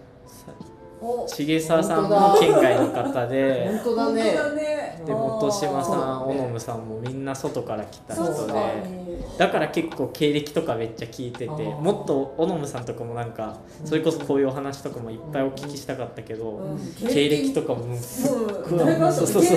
重沢さんも県外の方で、 本当だね。 で本島さん、小野ムさんもみんな外から来た人で、だから結構経歴とかめっちゃ聞いてて、もっと小野ムさんとかもなんかそれこそこういうお話とかもいっぱいお聞きしたかったけど、経歴とかもそうそうそうそうそう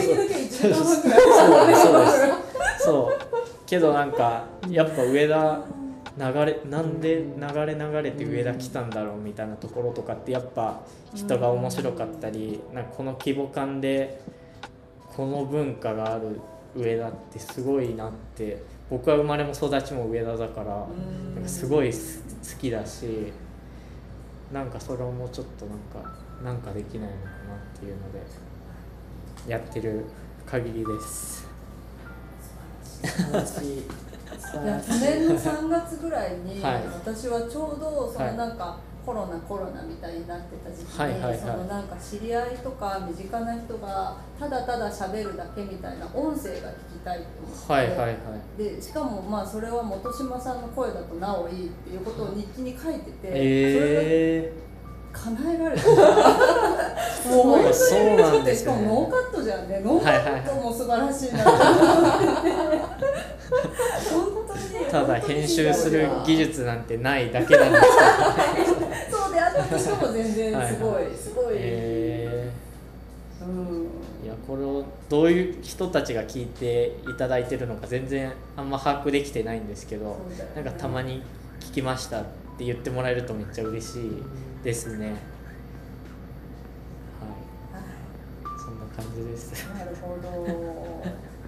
そうけどなんかやっぱ上田流れなんで流れ流れて上田来たんだろうみたいなところとかってやっぱ人が面白かったり、なんかこの規模感でこの文化がある上田ってすごいなって、僕は生まれも育ちも上田だからなんかすごい好きだし、なんかそれをもうちょっとなんかなんかできないのかなっていうのでやってる限りです。 素晴らしい。 いや去年のさんがつぐらいに、はい、私はちょうどそのなんか、はい、コロナコロナみたいになってた時期に、はいはいはい、そのなんか知り合いとか身近な人がただただ喋るだけみたいな音声が聞きたいと思って、 はいはいはい、 でしかもまあそれは本島さんの声だとなおいいっていうことを日記に書いてて、 えー叶えられたからもう本当にそうなんですね。 しかもノーカットじゃんね。ノーカットも素晴らしいなと思って本当にただ編集する技術なんてないだけなんですけどそうであったとしても全然すごい、はいはい、すごい、 えーうん、 いやこれをどういう人たちが聞いていただいてるのか全然あんま把握できてないんですけど、ね、なんかたまに聞きましたって言ってもらえるとめっちゃ嬉しいですね。はい、そんな感じです。 なるほど。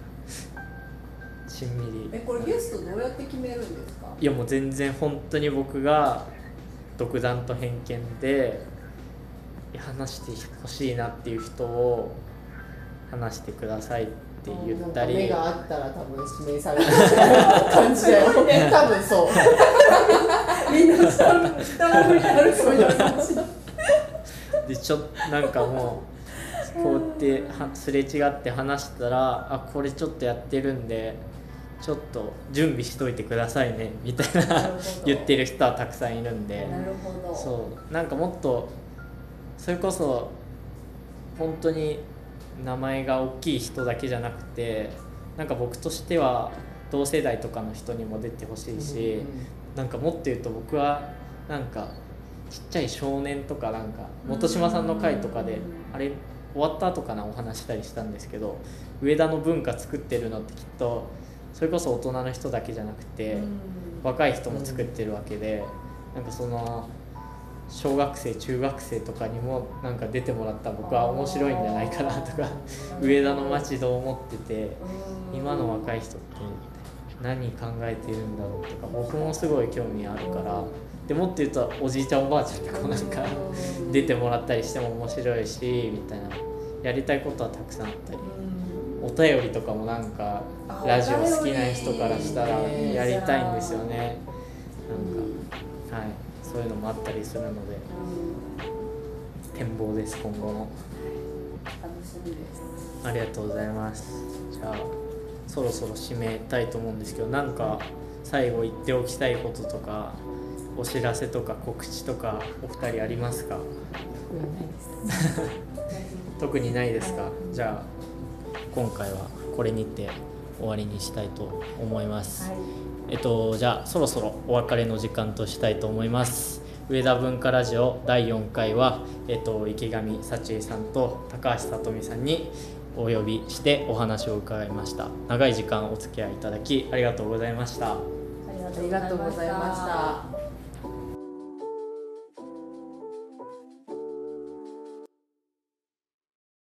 しんみり。 え、これゲストどうやって決めるんですか？ いやもう全然本当に僕が独断と偏見で話してほしいなっていう人を話してくださいって言ったり。 目があったら多分指名される感じだよ。多分そう。みんな下を向いて歩くそういう感じ。 でちょっとなんかもうこうやってすれ違って話したら、あこれちょっとやってるんでちょっと準備しといてくださいねみたいな言ってる人はたくさんいるんで、 なるほど。 そうなんかもっとそれこそ本当に名前が大きい人だけじゃなくて、なんか僕としては同世代とかの人にも出てほしいし、なんかもっと言うと僕はなんかちっちゃい少年とかなんか本島さんの回とかであれ終わった後かなお話したりしたんですけど、上田の文化作ってるのってきっとそれこそ大人の人だけじゃなくて若い人も作ってるわけで、なんかその小学生中学生とかにもなんか出てもらったら僕は面白いんじゃないかなとか上田の街どう思ってて今の若い人って何考えてるんだろうとか僕もすごい興味あるから、でもっと言うとおじいちゃんおばあちゃんとかなんか出てもらったりしても面白いしみたいな、やりたいことはたくさんあったり、お便りとかもなんかラジオ好きな人からしたらやりたいんですよね。なんかはいそういうのもあったりするので展望です今後も。 楽しみです。 ありがとうございます。じゃあそろそろ締めたいと思うんですけど、なんか最後言っておきたいこととかお知らせとか告知とかお二人ありますか？特にないですか？じゃあ今回はこれにて終わりにしたいと思います、はい。えっとじゃあそろそろお別れの時間としたいと思います。上田文化ラジオだいよんかいは、えっと、池上幸恵さんと高橋さとみさんにお呼びしてお話を伺いました。長い時間お付き合いいただきありがとうございました。 ありがとうございました。